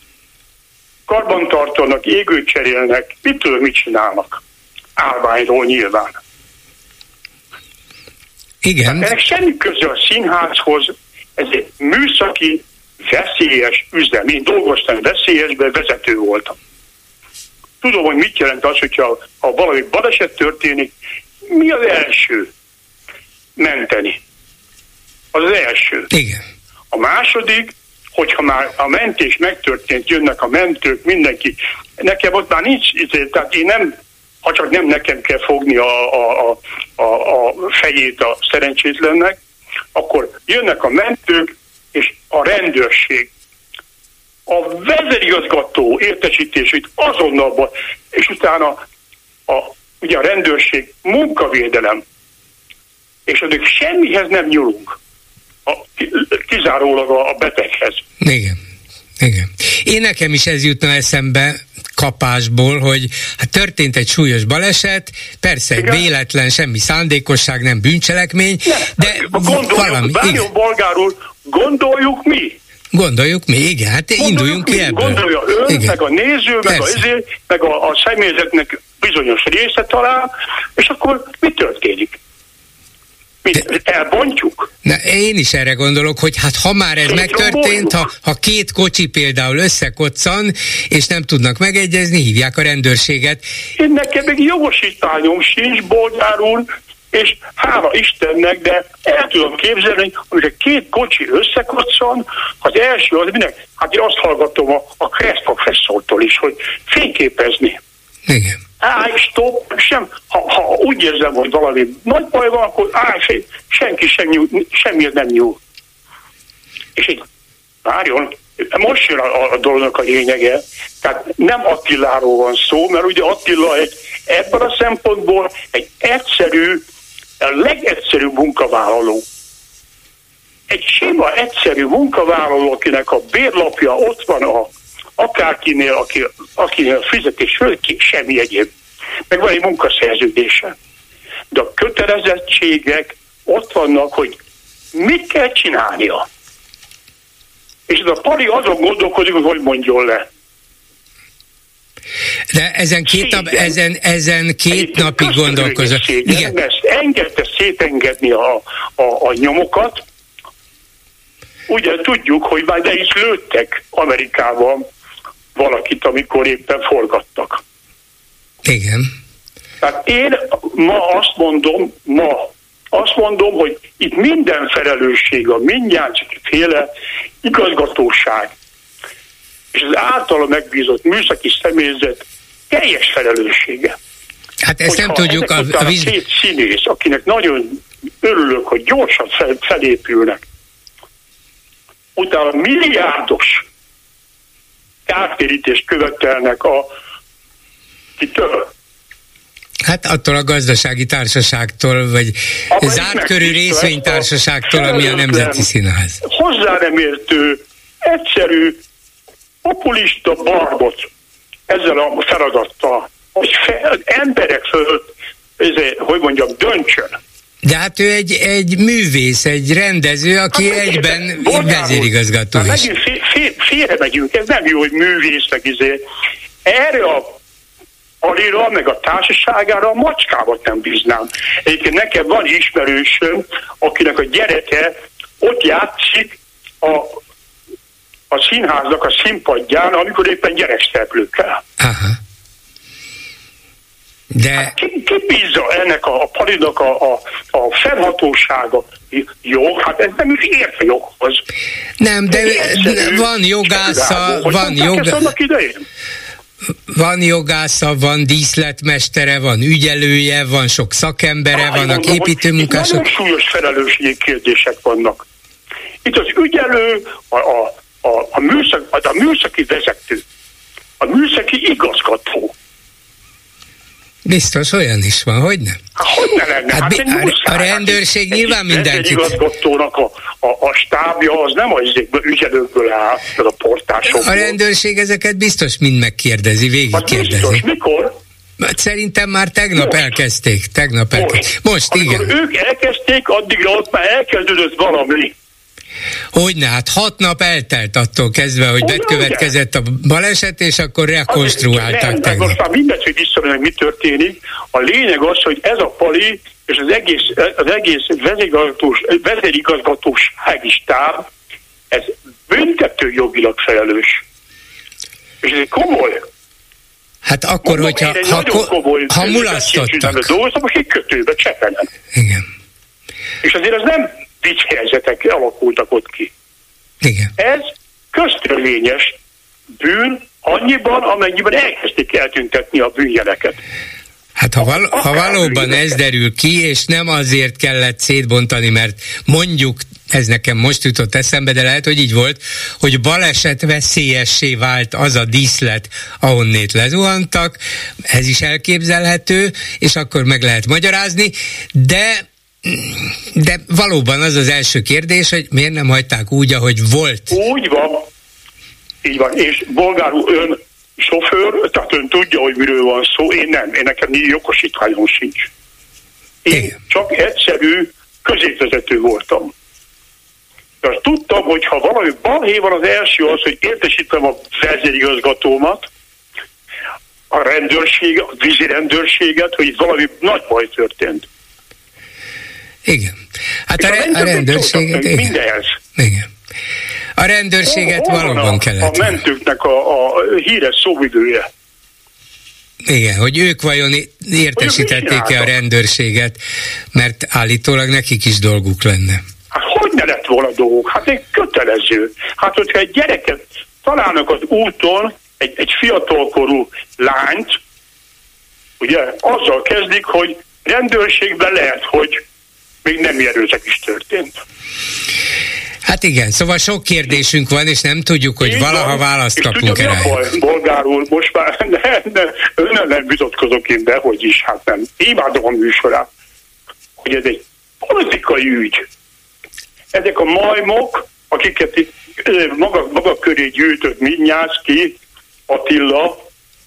karbantartanak, égőt cserélnek, mitől mit csinálnak? Állványról nyilván. Igen. Ennek semmi köze a színházhoz, ez egy műszaki, veszélyes üzem. Én dolgoztam veszélyesben, vezető voltam. Tudom, hogy mit jelent az, hogyha ha valami baleset történik, mi az első? Menteni. Az az első. Igen. A második, hogyha már a mentés megtörtént, jönnek a mentők, mindenki. Nekem ott már nincs, tehát én nem, ha csak nem nekem kell fogni a, a, a, a fejét a szerencsétlennek, akkor jönnek a mentők és a rendőrség. A vezérigazgató értesítését azonnal, és utána a, ugye a rendőrség, munkavédelem, és addig semmihez nem nyúlunk. a, kizárólag a beteghez. Igen. Igen. Én nekem is ez jutna eszembe kapásból, hogy hát történt egy súlyos baleset, persze egy véletlen, semmi szándékosság, nem bűncselekmény, ne, de gondoljuk, valami. Bárjon bolgárul, gondoljuk mi? Gondoljuk mi, igen, hát gondoljuk induljunk mi? Ki ebből. Gondolja ön, igen. Meg a néző, meg persze. a, ezért, meg a, a személyzetnek bizonyos része talán, és akkor mi történik? Mit, elbontjuk? Na, én is erre gondolok, hogy hát ha már ez megtörtént, ha, ha két kocsi például összekoccan, és nem tudnak megegyezni, hívják a rendőrséget. Én nekem még jogosítványom sincs, bolgár úr, és hála Istennek, de el tudom képzelni, hogy a két kocsi összekoccan, az első az minek, hát én azt hallgatom a, a Kressz professzortól is, hogy fényképezni. Igen. Állj, stop, sem, ha, ha úgy érzem, hogy valami nagy baj van, akkor állj, senki sem nyúl, semmiért nem nyúl. És így, várjon, most jön a, a dolognak a lényege, tehát nem Attiláról van szó, mert ugye Attila egy, ebben a szempontból egy egyszerű, a legegyszerűbb munkavállaló. Egy sima, egyszerű munkavállaló, akinek a bérlapja ott van a akárkinél, aki, akinél a fizetés föl, semmi egyéb. Meg van egy munkaszerződése. De a kötelezettségek ott vannak, hogy mit kell csinálnia. És ez a pali azon gondolkodik, hogy hogy mondjon le. De ezen két, nap, ezen, ezen két napig gondolkozok. Igen. Ezt engedte szétengedni a, a, a nyomokat. Ugye tudjuk, hogy már de is lőttek Amerikában valakit, amikor éppen forgattak. Igen. Tehát én ma azt mondom, ma azt mondom, hogy itt minden felelősség, a mindjárt-féle igazgatóság és az általa megbízott műszaki személyzet teljes felelőssége. Hát ezt Hogyha nem tudjuk. a, a víz... két színész, akinek nagyon örülök, hogy gyorsan fel, felépülnek, utána milliárdos kártérítést követelnek a kitől. Hát attól a gazdasági társaságtól, vagy zárt körű részvénytársaságtól, ami a Nemzeti Színház. Hozzá nem értő, egyszerű, populista barbot ezzel a feladattal, hogy fe, emberek fölött, ezért, hogy mondjam, döntsön. De hát ő egy, egy művész, egy rendező, aki hát egyben vezérigazgató is. Megint fél, fél, félre megyünk, ez nem jó, hogy művész, meg izé. Erre a Alira, meg a társaságára a macskávat nem bíznám. Egyébként nekem van ismerősöm, akinek a gyereke ott játszik a, a színháznak a színpadján, amikor éppen gyerekszereplőkkel. Aha. De... Ki, ki bízza ennek a, a palinak a, a, a felhatósága? Jó, hát ez nem is ért a joghoz. Nem, de, de van jogásza, van jogásza. Van jogásza, van díszletmestere, van ügyelője, van sok szakembere, Á, vannak mondom, építőmunkások. Itt nagyon súlyos felelősségkérdések vannak. Itt az ügyelő, a, a, a, a, műszak, a műszaki vezető, a műszaki igazgató. Biztos olyan is van, hogy nem? Hogy ne lenne? Hát, hát a, a rendőrség nyilván mindenkit... Egy igazgatónak a, a, a stábja az nem az ügyelőkből áll, az a portásokból. A rendőrség ezeket biztos mind megkérdezi, végig kérdezi. Biztos, mikor? Szerintem már tegnap Most. elkezdték. Tegnap Most, elkezdték. Most Amikor igen. ők elkezdték, addigra ott már elkezdődött valami. Hogyne, hát hat nap eltelt attól kezdve, hogy bekövetkezett a baleset, és akkor rekonstruálták nem, tegnap. Most már mindegy, hogy visszamennek, mi történik. A lényeg az, hogy ez a pali és az egész, az egész vezérigazgatósági stáb, ez büntető jogilag felelős. És ez egy komoly. Hát akkor, Mondom, hogyha ha, komoly, ha mulasztottak. Dolgoztam, most egy kötőbe, Csepelen. Igen. És azért ez nem vicc helyzetek alakultak ott ki. Igen. Ez köztörvényes bűn annyiban, amennyiben elkezdték eltüntetni a bűnjeleket. Hát ha, val- ha valóban ez derül ki, és nem azért kellett szétbontani, mert mondjuk, ez nekem most jutott eszembe, de lehet, hogy így volt, hogy baleset veszélyessé vált az a díszlet, ahonnét lezuhantak, ez is elképzelhető, és akkor meg lehet magyarázni, de de valóban az az első kérdés, hogy miért nem hagyták úgy, ahogy volt? Úgy van. Így van. És bolgár úr, ön sofőr, tehát ön tudja, hogy miről van szó, én nem. Én nekem jogosítványom sincs. Én Igen. csak egyszerű középvezető voltam. De azt tudtam, hogy ha valami balhé van, az első az, hogy értesítem a vezérigazgatómat, a rendőrséget, a vízi rendőrséget, hogy valami nagy baj történt. Igen. Hát a, a, a rendőrséget... Igen. Mindenhez. Igen. A rendőrséget hol, hol valóban a, kellett. A mentőknek a, a híres szóvidője. Igen, hogy ők vajon értesítették-e a rendőrséget, mert állítólag nekik is dolguk lenne. Hát hogy ne lett volna dolguk? Hát egy kötelező. Hát hogyha egy gyereket találnak az úton, egy, egy fiatalkorú lányt, ugye, azzal kezdik, hogy rendőrségben lehet, hogy még nem erőszak is történt. Hát igen, szóval sok kérdésünk van, és nem tudjuk, hogy Így valaha van. választ kapunk erre. Bolgár úr, most már ne, ne, önnel nem vitatkozok én be, hogy is, hát nem. Imádom a műsorát, hogy ez egy politikai ügy. Ezek a majmok, akiket itt maga, maga köré gyűjtött Minyászki, Attila,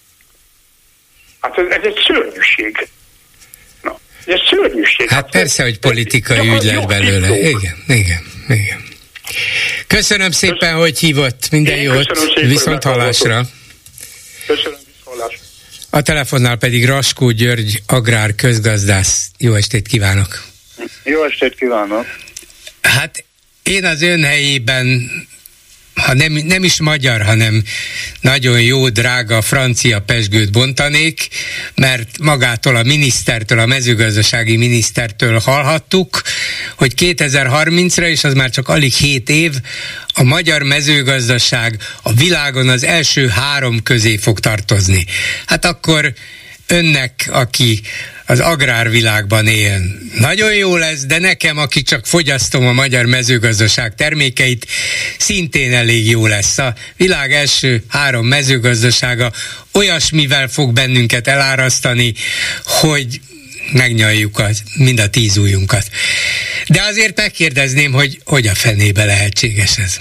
hát ez, ez egy szörnyűség. Na, ez egy szörnyűség. Hát, hát persze, hogy politikai ügy lett belőle. Igen, igen, igen. Köszönöm szépen, Köszönöm. hogy hívott. Minden Én jót. Szépen, viszont hallásra. Köszönöm, viszont hallásra. A telefonnál pedig Raskó György, agrár közgazdász. Jó estét kívánok. Jó estét kívánok. Hát én az ön helyében, ha nem, nem is magyar, hanem nagyon jó, drága francia pezsgőt bontanék, mert magától a minisztertől, a mezőgazdasági minisztertől hallhattuk, hogy kétezer-harmincra, és az már csak alig hét év, a magyar mezőgazdaság a világon az első három közé fog tartozni. Hát akkor önnek, aki az agrárvilágban él, nagyon jó lesz, de nekem, aki csak fogyasztom a magyar mezőgazdaság termékeit, szintén elég jó lesz. A világ első három mezőgazdasága olyasmivel fog bennünket elárasztani, hogy megnyaljuk az, mind a tíz ujjunkat. De azért megkérdezném, hogy hogy a fenébe lehetséges ez?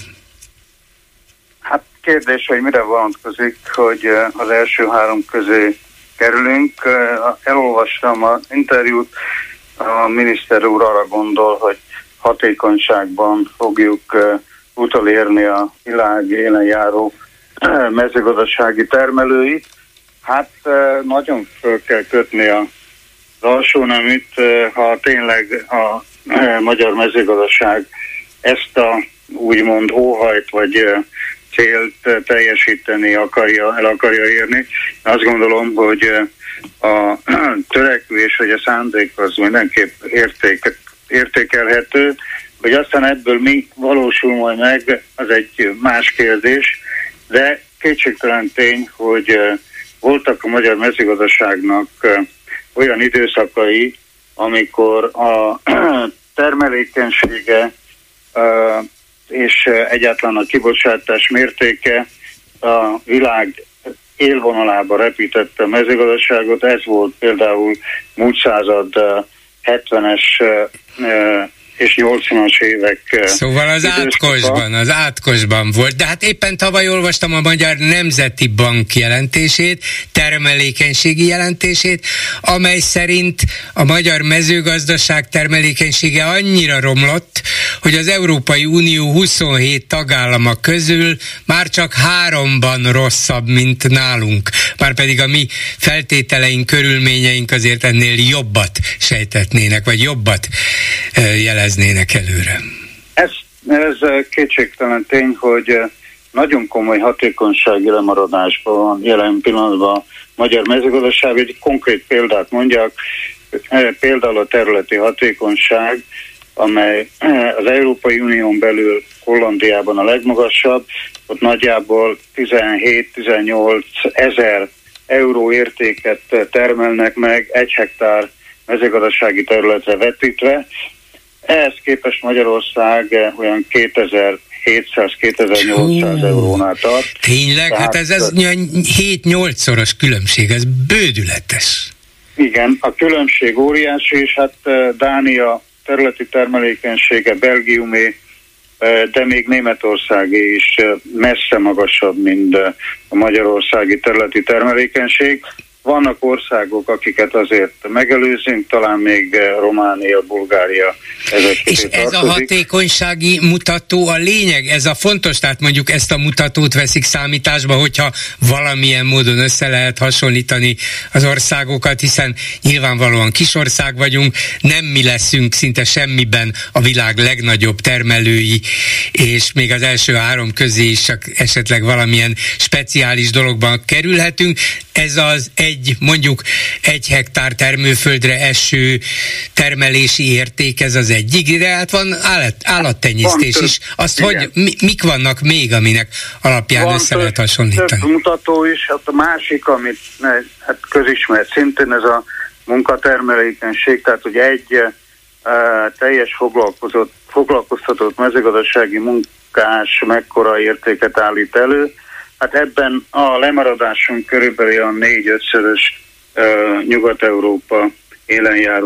Hát kérdés, hogy mire vonatkozik, hogy az első három közé kerülünk. Elolvastam az interjút, a miniszter úr arra gondol, hogy hatékonyságban fogjuk utolérni a világ élen járó mezőgazdasági termelőit. Hát nagyon föl kell kötni az alsóneműt, ha tényleg a magyar mezőgazdaság ezt a úgymond óhajt vagy célt teljesíteni akarja, el akarja érni. Azt gondolom, hogy a törekvés vagy a szándék az mindenképp érték, értékelhető, hogy aztán ebből mi valósul majd meg, az egy más kérdés, de kétségtelen tény, hogy voltak a magyar mezőgazdaságnak olyan időszakai, amikor a termelékenysége és egyáltalán a kibocsátás mértéke a világ élvonalába repítette a mezőgazdaságot. Ez volt például múlt század hetvenes és nyolcvanas évek. Szóval az átkosban, az átkosban volt, de hát éppen tavaly olvastam a Magyar Nemzeti Bank jelentését, termelékenységi jelentését, amely szerint a magyar mezőgazdaság termelékenysége annyira romlott, hogy az Európai Unió huszonhét tagállama közül már csak háromban rosszabb, mint nálunk. Márpedig a mi feltételeink, körülményeink azért ennél jobbat sejtetnének, vagy jobbat jeleznének előre. Ez, ez kétségtelen tény, hogy nagyon komoly hatékonysági lemaradásban van jelen pillanatban a magyar mezőgazdaság. Egy konkrét példát mondjak, például a területi hatékonyság, amely az Európai Unión belül Hollandiában a legmagasabb, ott nagyjából tizenhét-tizennyolc ezer euró értéket termelnek meg egy hektár mezőgazdasági területre vetítve. Ehhez képest Magyarország olyan kétezer-hétszáz-kétezer-nyolcszáz eurónál tart. Tényleg? Tehát, hát ez, ez hét-nyolcszoros különbség, ez bődületes. Igen, a különbség óriási, és hát Dánia területi termelékenysége Belgiumé, de még Németországé is messze magasabb, mint a magyarországi területi termelékenység. Vannak országok, akiket azért megelőzünk, talán még Románia, Bulgária ezek És ez tartozik. A hatékonysági mutató a lényeg, ez a fontos, tehát mondjuk ezt a mutatót veszik számításba, hogyha valamilyen módon össze lehet hasonlítani az országokat, hiszen nyilvánvalóan kisország vagyunk, nem mi leszünk szinte semmiben a világ legnagyobb termelői, és még az első három közé is csak esetleg valamilyen speciális dologban kerülhetünk. Ez az egy, mondjuk egy hektár termőföldre eső termelési érték, ez az egyik, de hát van állat, állattenyésztés van, is. Azt igen. Hogy mi, mik vannak még, aminek alapján van össze lehet hasonlítani? Több mutató is, hát a másik, amit hát közismert szintén, ez a munkatermelékenység, tehát hogy egy uh, teljes foglalkozott, foglalkoztatott mezőgazdasági munkás mekkora értéket állít elő. Hát ebben a lemaradásunk körülbelül a négy-ötszörös uh, Nyugat-Európa élenjáró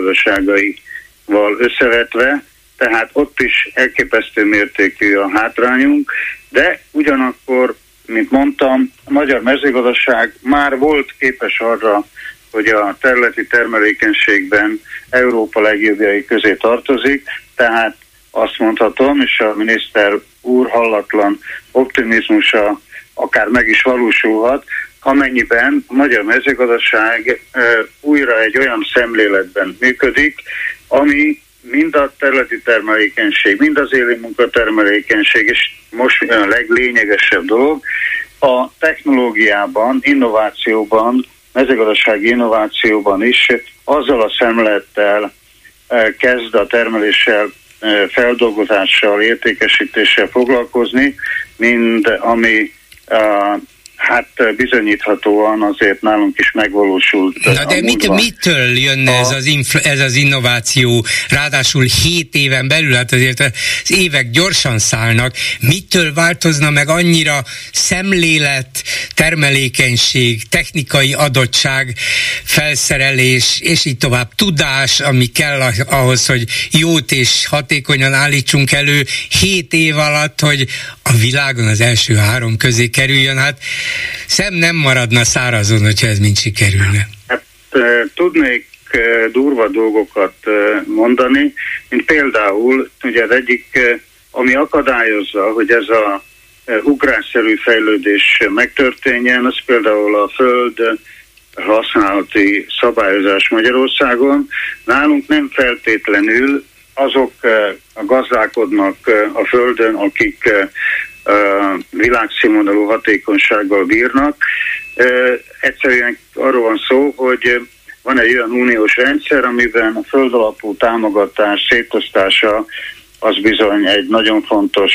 mezőgazdaságaival összevetve, tehát ott is elképesztő mértékű a hátrányunk, de ugyanakkor, mint mondtam, a magyar mezőgazdaság már volt képes arra, hogy a területi termelékenységben Európa legjobbjai közé tartozik, tehát azt mondhatom, és a miniszter úr hallatlan optimizmusa akár meg is valósulhat, amennyiben a magyar mezőgazdaság e, újra egy olyan szemléletben működik, ami mind a területi termelékenység, mind az éli munkatermelékenység, és most a leglényegesebb dolog, a technológiában, innovációban, mezőgazdasági innovációban is azzal a szemlettel e, kezd a termeléssel, e, feldolgozással, értékesítéssel foglalkozni, mind ami Uh, hát bizonyíthatóan azért nálunk is megvalósult. Na de mit, mitől jönne a... ez, az infl- ez az innováció? Ráadásul hét éven belül, hát azért az évek gyorsan szállnak. Mitől változna meg annyira szemlélet, termelékenység, technikai adottság, felszerelés, és így tovább, tudás, ami kell ahhoz, hogy jót és hatékonyan állítsunk elő hét év alatt, hogy a világon az első három közé kerüljön? Hát szem nem maradna szárazon, hogyha ez mind sikerülne. Hát tudnék durva dolgokat mondani, mint például, ugye az egyik, ami akadályozza, hogy ez a ugrásszerű fejlődés megtörténjen, az például a föld használati szabályozás Magyarországon. Nálunk nem feltétlenül azok gazdálkodnak a földön, akik világszínvonalú hatékonysággal bírnak. Egyszerűen arról van szó, hogy van egy olyan uniós rendszer, amiben a földalapú támogatás szétosztása az bizony egy nagyon fontos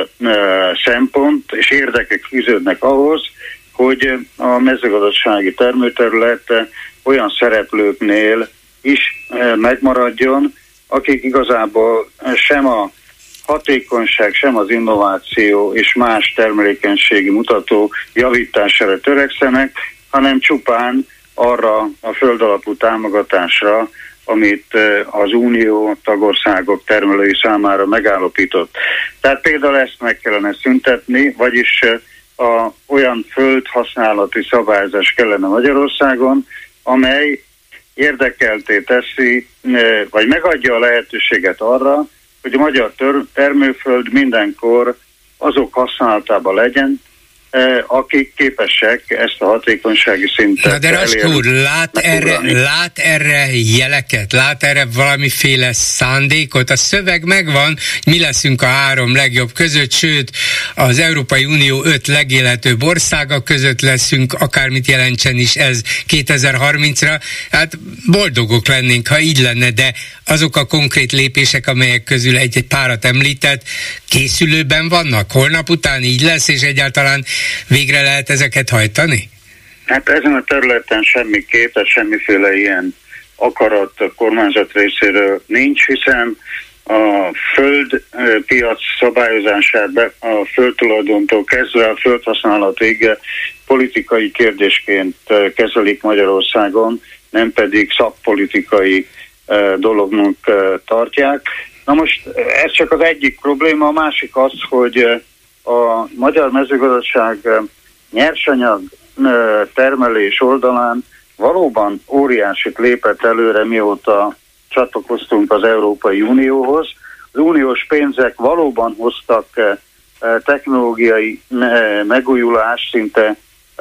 szempont, és érdekek fűződnek ahhoz, hogy a mezőgazdasági termőterület olyan szereplőknél is megmaradjon, akik igazából sem a hatékonyság, sem az innováció és más termelékenységi mutató javítására törekszenek, hanem csupán arra a földalapú támogatásra, amit az unió tagországok termelői számára megállapított. Tehát például ezt meg kellene szüntetni, vagyis a, olyan földhasználati szabályozás kellene Magyarországon, amely érdekelté teszi, vagy megadja a lehetőséget arra, hogy a magyar termőföld mindenkor azok használatában legyen, akik képesek ezt a hatékonysági szintet. Na de Rask úr, lát erre, lát erre jeleket, lát erre valamiféle szándékot? A szöveg megvan, mi leszünk a három legjobb között, sőt, az Európai Unió öt legélhetőbb országa között leszünk, akármit jelentsen is ez kétezer-harmincra. Hát boldogok lennénk, ha így lenne, de azok a konkrét lépések, amelyek közül egy-egy párat említett, készülőben vannak? Holnap után így lesz, és egyáltalán végre lehet ezeket hajtani? Hát ezen a területen semmiképp, semmiféle ilyen akarat a kormányzat részéről nincs, hiszen a földpiac szabályozását a földtulajdontól kezdve a földhasználatig politikai kérdésként kezelik Magyarországon, nem pedig szakpolitikai dolognak tartják. Na most ez csak az egyik probléma, a másik az, hogy a magyar mezőgazdaság nyersanyag termelés oldalán valóban óriásit lépett előre, mióta csatlakoztunk az Európai Unióhoz. Az uniós pénzek valóban hoztak technológiai megújulást, szinte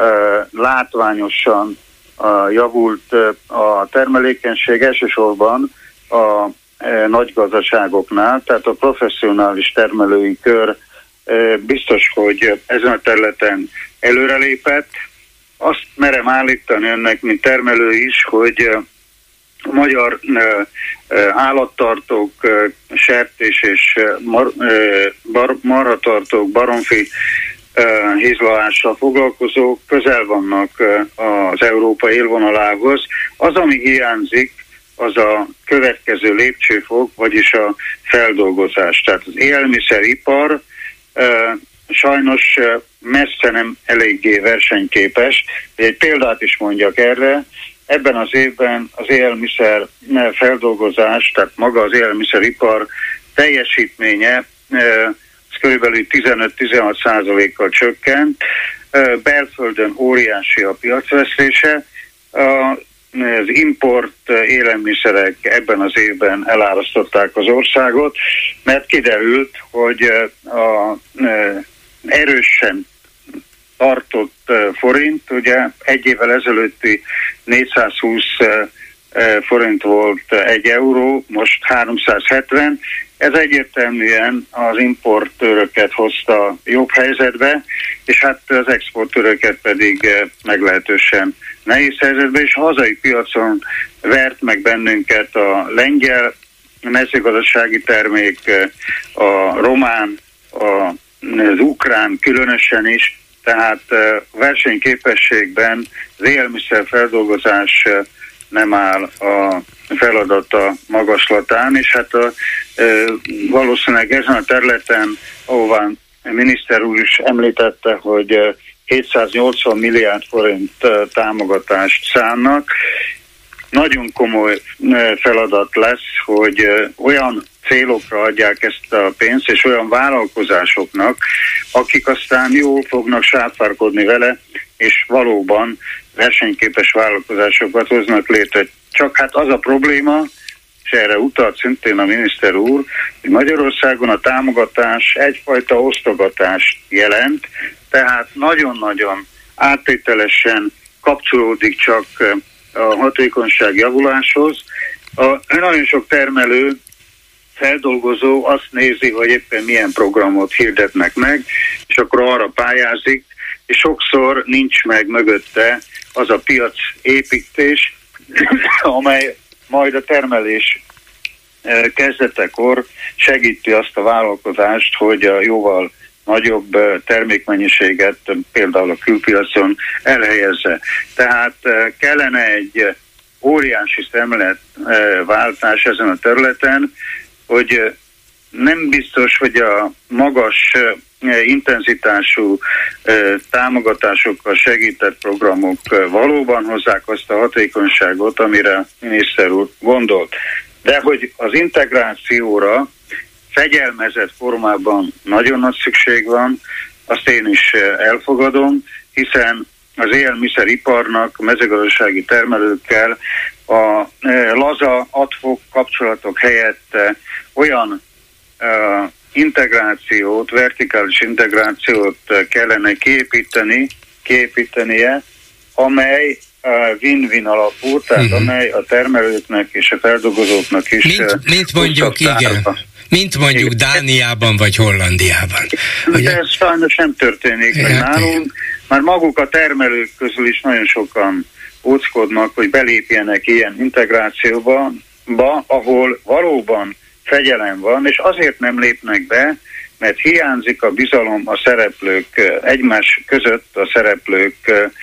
látványosan javult a termelékenység, elsősorban a nagy gazdaságoknál, tehát a professzionális termelői kör biztos, hogy ezen a területen előrelépett. Azt merem állítani önnek, mint termelő is, hogy a magyar állattartók, sertés és mar, bar, marhatartók, baromfi hízlalással foglalkozók közel vannak az európai élvonalához. Az, ami hiányzik, az a következő lépcsőfok, vagyis a feldolgozás. Tehát az élelmiszeripar sajnos messze nem eléggé versenyképes. Egy példát is mondjak erre. Ebben az évben az élelmiszer feldolgozás, tehát maga az élelmiszeripar teljesítménye körülbelül tizenöt-tizenhat százalékkal csökkent. Belföldön óriási a piacvesztése. Az import élelmiszerek ebben az évben elárasztották az országot, mert kiderült, hogy a erősen tartott forint, ugye egy évvel ezelőtti négyszázhúsz forint volt egy euró, most háromszázhetven. Ez egyértelműen az importőröket hozta jobb helyzetbe, és hát az exportőröket pedig meglehetősen nehéz helyzetbe, és a hazai piacon vert meg bennünket a lengyel mezőgazdasági termék, a román, az ukrán különösen is, tehát versenyképességben az élelmiszerfeldolgozás nem áll a feladata magaslatán, és hát a, e, valószínűleg ezen a területen, ahová a miniszter úr is említette, hogy hétszáznyolcvan milliárd forint támogatást szánnak. Nagyon komoly feladat lesz, hogy olyan célokra adják ezt a pénzt, és olyan vállalkozásoknak, akik aztán jól fognak sáfárkodni vele, és valóban versenyképes vállalkozásokat hoznak létre. Csak hát az a probléma, és erre utalt szintén a miniszter úr, hogy Magyarországon a támogatás egyfajta osztogatást jelent, tehát nagyon-nagyon áttételesen kapcsolódik csak a hatékonyság javuláshoz. A, nagyon sok termelő, feldolgozó azt nézi, hogy éppen milyen programot hirdetnek meg, és akkor arra pályázik, és sokszor nincs meg mögötte az a piacépítés, amely majd a termelés kezdetekor segíti azt a vállalkozást, hogy a jóval nagyobb termékmennyiséget például a külpiacon elhelyezze. Tehát kellene egy óriási szemléletváltás ezen a területen, hogy nem biztos, hogy a magas intenzitású támogatásokkal segített programok valóban hozzák azt a hatékonyságot, amire a miniszter úr gondolt. De hogy az integrációra fegyelmezett formában nagyon nagy szükség van, azt én is elfogadom, hiszen az élelmiszeriparnak, a mezőgazdasági termelőkkel a laza ad hoc kapcsolatok helyett olyan integrációt, vertikális integrációt kellene kiépíteni, kiépítenie, amely win-win alapú, tehát uh-huh. amely a termelőknek és a feldolgozóknak is... Mint, mint mondjuk, igen. Mint mondjuk igen. Dániában vagy Hollandiában. De ez sajnos nem történik meg nálunk, már maguk a termelők közül is nagyon sokan óckodnak, hogy belépjenek ilyen integrációba, ba, ahol valóban fegyelem van, és azért nem lépnek be, mert hiányzik a bizalom a szereplők egymás között, a szereplők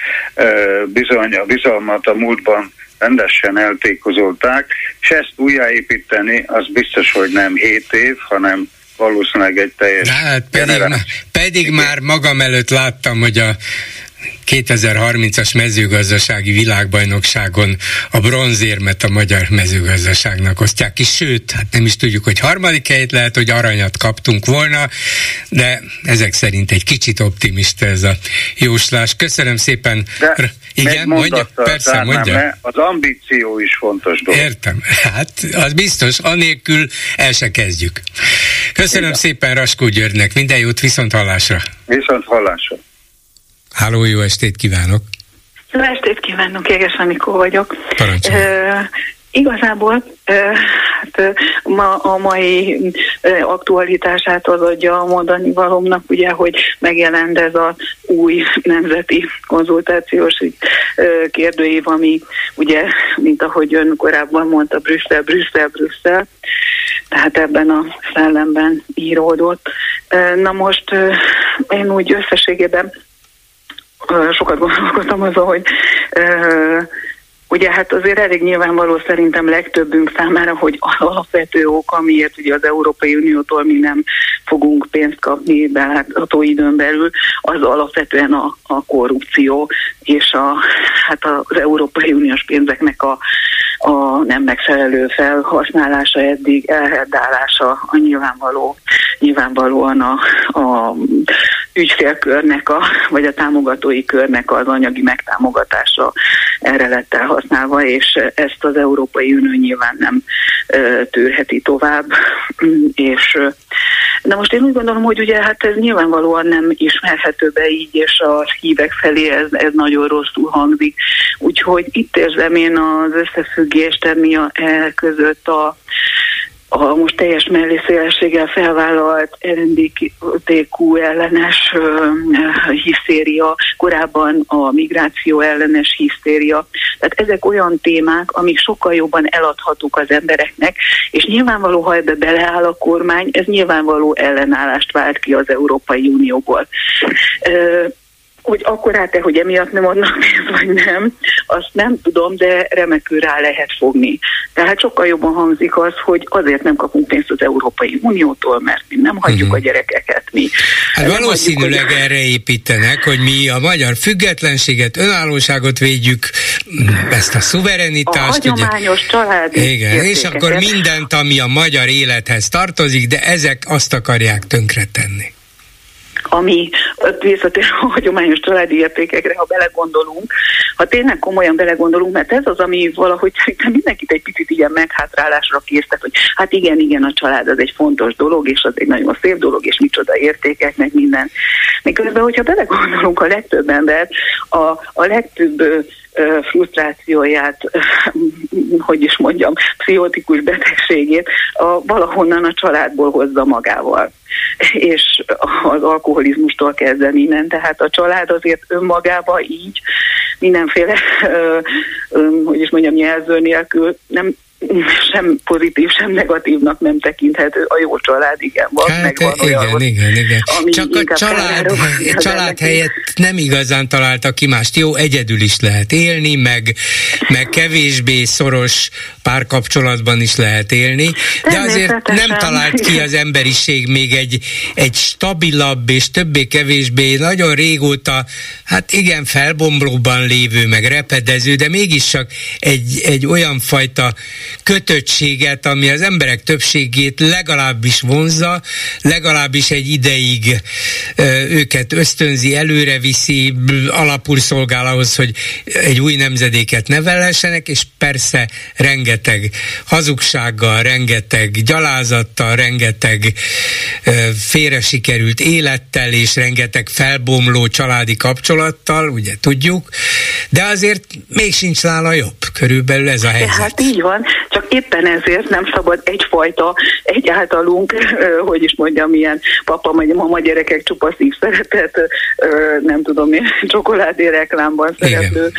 bizony a bizalmat a múltban rendesen eltékozolták, és ezt újjáépíteni, az biztos, hogy nem hét év, hanem valószínűleg egy teljes hát pedig, ma, pedig már magam előtt láttam, hogy a kétezer-harmincas mezőgazdasági világbajnokságon a bronzérmet a magyar mezőgazdaságnak osztják ki, sőt, hát nem is tudjuk, hogy harmadik helyet, lehet, hogy aranyat kaptunk volna, de ezek szerint egy kicsit optimista ez a jóslás. Köszönöm szépen. De igen, mondja, persze, mondja. Az ambíció is fontos dolog. Értem, hát az biztos, anélkül el se kezdjük. Köszönöm igen. szépen Raskó Györgynek, minden jót, viszont hallásra. Viszont hallásra. Háló, jó estét kívánok! Jó estét kívánok, Jéges Anikó vagyok. Parancsolj! Uh, igazából uh, hát, ma a mai uh, aktualitását az adja a mondani valómnak, ugye, hogy megjelent ez az új nemzeti konzultációs uh, kérdőív, ami ugye, mint ahogy ön korábban mondta, Brüsszel, Brüsszel, Brüsszel, tehát ebben a szellemben íródott. Uh, na most uh, én úgy összességében sokat gondolkodtam azon, hogy uh, ugye hát azért elég nyilvánvaló szerintem legtöbbünk számára, hogy az alapvető ok, amiért ugye az Európai Uniótól mi nem fogunk pénzt kapni belátható időn belül, az alapvetően a, a korrupció és a, hát az Európai Uniós pénzeknek a, a nem megfelelő felhasználása, eddig elherdálása, a nyilvánvaló, nyilvánvalóan a, a ügyfélkörnek, a, vagy a támogatói körnek az anyagi megtámogatása erre lett elhasználva, és ezt az Európai Unió nyilván nem ö, tűrheti tovább. És, de most én úgy gondolom, hogy ugye hát ez nyilvánvalóan nem ismerhető be így, és a hívek felé ez, ez nagyon rosszul hangzik. Úgyhogy itt érzem én az összefüggést emi a, e között a a most teljes mellészélességgel felvállalt el en dé té kú ellenes uh, hisztéria, korábban a migráció ellenes hisztéria. Tehát ezek olyan témák, amik sokkal jobban eladhatók az embereknek, és nyilvánvaló, ha ebbe beleáll a kormány, ez nyilvánvaló ellenállást vált ki az Európai Unióból. Uh, hogy akkorát-e, hogy emiatt nem adnak pénzt, vagy nem, azt nem tudom, de remekül rá lehet fogni. Tehát sokkal jobban hangzik az, hogy azért nem kapunk pénzt az Európai Uniótól, mert mi nem hagyjuk uh-huh. a gyerekeket. Mi. Hát valószínűleg hagyjuk, erre építenek, hogy mi a magyar függetlenséget, önállóságot védjük, ezt a szuverenitást. A hagyományos ugye, családi igen, és akkor mindent, ami a magyar élethez tartozik, de ezek azt akarják tönkretenni. Ami visszatér a hagyományos családi értékekre, ha belegondolunk, ha tényleg komolyan belegondolunk, mert ez az, ami valahogy szerintem mindenkit egy picit ilyen meghátrálásra késztet, hogy hát igen, igen, a család az egy fontos dolog, és az egy nagyon szép dolog, és micsoda értékek, meg minden. Miközben, hogyha belegondolunk, a legtöbb ember, a, a legtöbb frusztrációját, hogy is mondjam, pszichotikus betegségét a, valahonnan a családból hozza magával. És az alkoholizmustól kezdve minden. Tehát a család azért önmagában így mindenféle, ö, ö, hogy is mondjam, jelző nélkül nem sem pozitív, sem negatívnak nem tekinthető. A jó család, igen, van, hát, meg van igen, olyan, igen, igen, igen. Csak a család, család helyett nem igazán találta ki mást. Jó, egyedül is lehet élni, meg, meg kevésbé szoros párkapcsolatban is lehet élni, de azért nem talált ki az emberiség még egy, egy stabilabb és többé-kevésbé nagyon régóta, hát igen, felbomlóban lévő, meg repedező, de mégis csak egy, egy olyan fajta kötöttséget, ami az emberek többségét legalábbis vonzza, legalábbis egy ideig őket ösztönzi, előre viszi, alapul szolgál ahhoz, hogy egy új nemzedéket nevelhessenek, és persze rengeteg hazugsággal, rengeteg gyalázattal, rengeteg félre sikerült élettel, és rengeteg felbomló családi kapcsolattal, ugye tudjuk, de azért még sincs nála jobb, körülbelül ez a helyzet. Hát így van, csak éppen ezért nem szabad egyfajta, egy általunk, hogy is mondjam, ilyen papa, vagy mama gyerekek csupa szív szeretet, nem tudom, csokoládé reklámban szereplő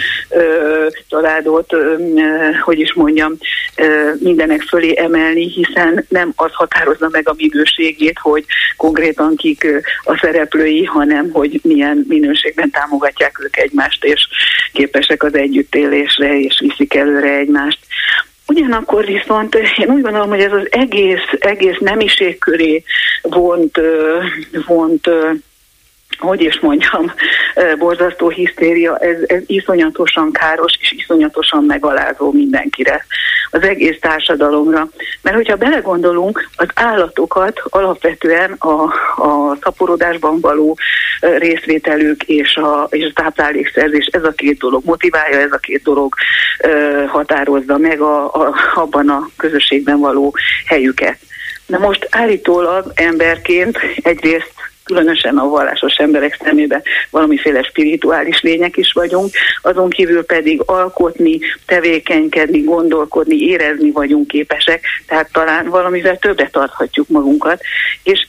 családot, hogy is mondjam, mindenek fölé emelni, hiszen nem az határozza meg a minőségét, hogy konkrétan kik a szereplői, hanem hogy milyen minőségben támogatják ők egymást, és képesek az együttélésre, és viszik előre egymást. Ugyanakkor viszont én úgy gondolom, hogy ez az egész, egész nemiség köré vont, vont hogy is mondjam, borzasztó hisztéria, ez, ez iszonyatosan káros és iszonyatosan megalázó mindenkire, az egész társadalomra. Mert hogyha belegondolunk, az állatokat alapvetően a, a szaporodásban való részvételük és a, és a táplálékszerzés, ez a két dolog motiválja, ez a két dolog ö, határozza meg a, a, abban a közösségben való helyüket. Na most állítólag emberként egyrészt különösen a vallásos emberek szemében valamiféle spirituális lények is vagyunk, azon kívül pedig alkotni, tevékenykedni, gondolkodni, érezni vagyunk képesek, tehát talán valamivel többet adhatjuk magunkat, és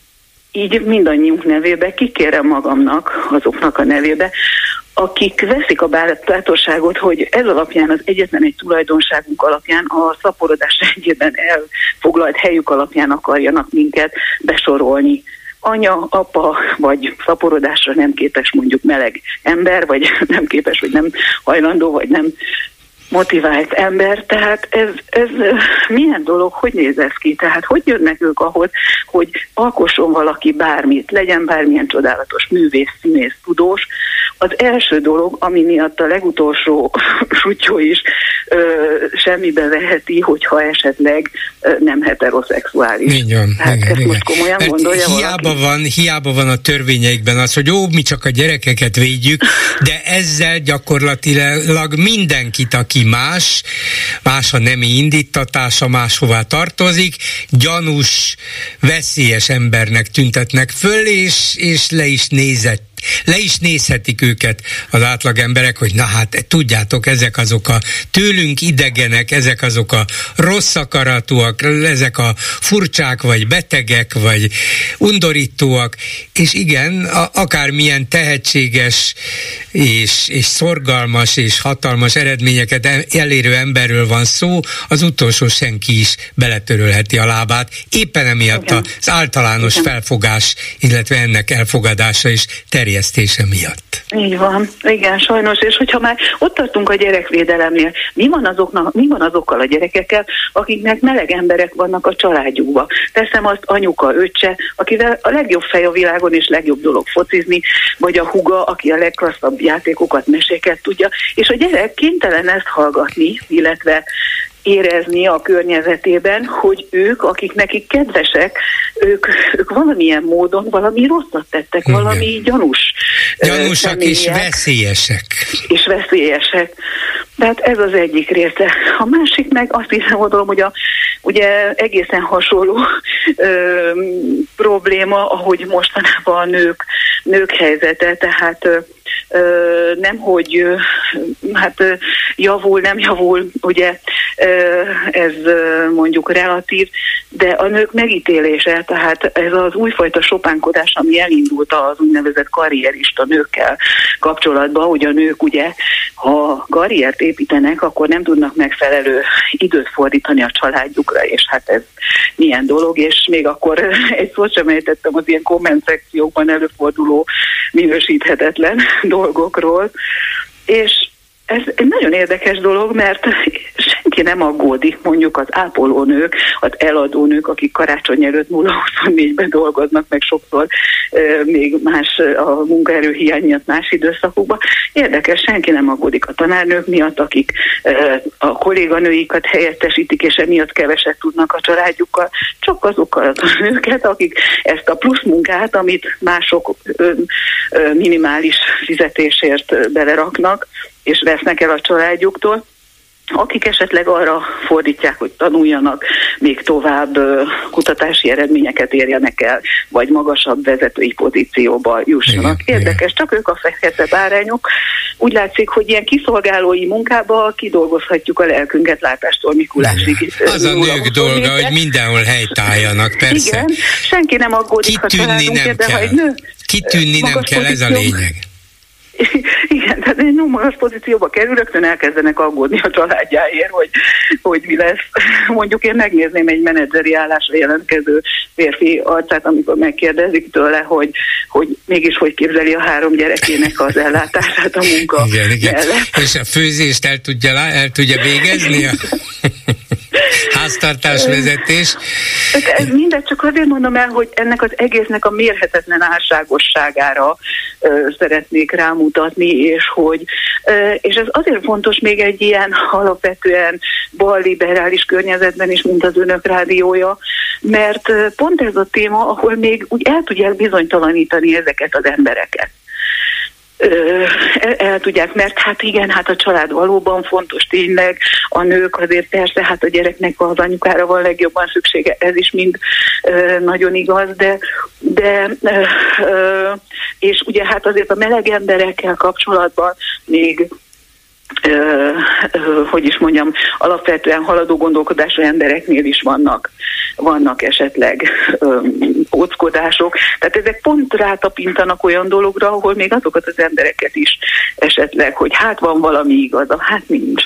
így mindannyiunk nevébe kikérem magamnak, azoknak a nevébe, akik veszik a bátorságot, hogy ez alapján, az egyetlen egy tulajdonságunk alapján, a szaporodás egyében elfoglalt helyük alapján akarjanak minket besorolni. Anya, apa, vagy szaporodásra nem képes mondjuk meleg ember, vagy nem képes, vagy nem hajlandó, vagy nem motivált ember. Tehát ez, ez milyen dolog, hogy néz ez ki? Tehát hogy jönnek ők ahhoz, hogy alkosson valaki bármit, legyen bármilyen csodálatos művész, színész, tudós. Az első dolog, ami miatt a legutolsó sutyó is ö, semmibe veheti, hogyha esetleg ö, nem heteroszexuális. Így van, hát igen, ezt igen. most komolyan Hát gondolja hiába valaki? van, hiába van a törvényeikben az, hogy jó, mi csak a gyerekeket védjük, de ezzel gyakorlatilag mindenkit, aki más, más a nemi indítatása, máshová tartozik, gyanús, veszélyes embernek tüntetnek föl, és, és le is nézett le is nézhetik őket az átlag emberek, hogy na hát tudjátok, ezek azok a tőlünk idegenek, ezek azok a rossz akaratúak, ezek a furcsák, vagy betegek, vagy undorítóak, és igen, a, akármilyen tehetséges és, és szorgalmas és hatalmas eredményeket elérő emberről van szó, az utolsó senki is beletörölheti a lábát, éppen emiatt igen. az általános igen. felfogás, illetve ennek elfogadása is terjesztése miatt. Így van, igen, sajnos, és hogyha már ott tartunk a gyerekvédelemnél, mi van, azoknak, mi van azokkal a gyerekekkel, akiknek meleg emberek vannak a családjukban? Teszem azt anyuka, öccse, akivel a legjobb fej a világon és legjobb dolog focizni, vagy a húga, aki a legklasszabb játékokat, meséket tudja, és a gyerek kénytelen ezt hallgatni, illetve érezni a környezetében, hogy ők, akik nekik kedvesek, ők, ők valamilyen módon valami rosszat tettek, igen. valami gyanús. Gyanúsak és veszélyesek. És veszélyesek. Tehát ez az egyik része. A másik meg azt hiszem, gondolom, hogy a, ugye egészen hasonló ö, probléma, ahogy mostanában a nők, nők helyzete, tehát ö, Ö, nem, hogy ö, hát ö, javul, nem javul, ugye ö, ez ö, mondjuk relatív, de a nők megítélése, tehát ez az újfajta sopánkodás, ami elindult az úgynevezett karrierista nőkkel kapcsolatban, hogy a nők ugye, ha karriert építenek, akkor nem tudnak megfelelő időt fordítani a családjukra, és hát ez milyen dolog, és még akkor egy szót sem ejtettem az ilyen komment szekciókban előforduló minősíthetetlen dolgokról, és ez egy nagyon érdekes dolog, mert senki nem aggódik, mondjuk az ápolónők, az eladónők, akik karácsony előtt nulla huszonnégyben dolgoznak, meg sokszor e, még más a munkaerő hiány miatt más időszakokban. Érdekes, senki nem aggódik a tanárnők miatt, akik e, a kolléganőikat helyettesítik, és emiatt keveset tudnak a családjukkal, csak azokkal a nőket, akik ezt a plusz munkát, amit mások ö, ö, minimális fizetésért beleraknak, és vesznek el a családjuktól, akik esetleg arra fordítják, hogy tanuljanak, még tovább kutatási eredményeket érjenek el, vagy magasabb vezetői pozícióba jussanak. Igen, érdekes, igen. Csak ők a fekete bárányok. Úgy látszik, hogy ilyen kiszolgálói munkába kidolgozhatjuk a lelkünket látástól Mikulásig. Az a nők dolga, hogy mindenhol helytálljanak, persze. Igen, senki nem aggódik, ha családunk, de ha egy nő... Kitűnni nem kell, ez a lényeg. Igen, tehát egy magas pozícióba kerül, rögtön elkezdenek aggódni a családjáért, hogy, hogy mi lesz. Mondjuk én megnézném egy menedzseri állásra jelentkező férfi arcát, amikor megkérdezik tőle, hogy, hogy mégis hogy képzeli a három gyerekének az ellátását a munka igen, igen. mellett. És a főzést el tudja, el tudja végezni? háztartásvezetés. Ez mindegy, csak azért mondom el, hogy ennek az egésznek a mérhetetlen álságosságára ö, szeretnék rámutatni, és hogy ö, és ez azért fontos még egy ilyen alapvetően balliberális környezetben is, mint az Önök rádiója, mert ö, pont ez a téma, ahol még úgy el tudják bizonytalanítani ezeket az embereket. El, el tudják, mert hát igen, hát a család valóban fontos tényleg, a nők azért persze, hát a gyereknek az anyukára van legjobban szüksége, ez is mind ö, nagyon igaz, de, de ö, ö, és ugye hát azért a meleg emberekkel kapcsolatban még Ö, ö, hogy is mondjam, alapvetően haladó gondolkodású embereknél is vannak, vannak esetleg ö, óckodások. Tehát ezek pont rátapintanak olyan dologra, ahol még azokat az embereket is esetleg, hogy hát van valami igaza, hát nincs.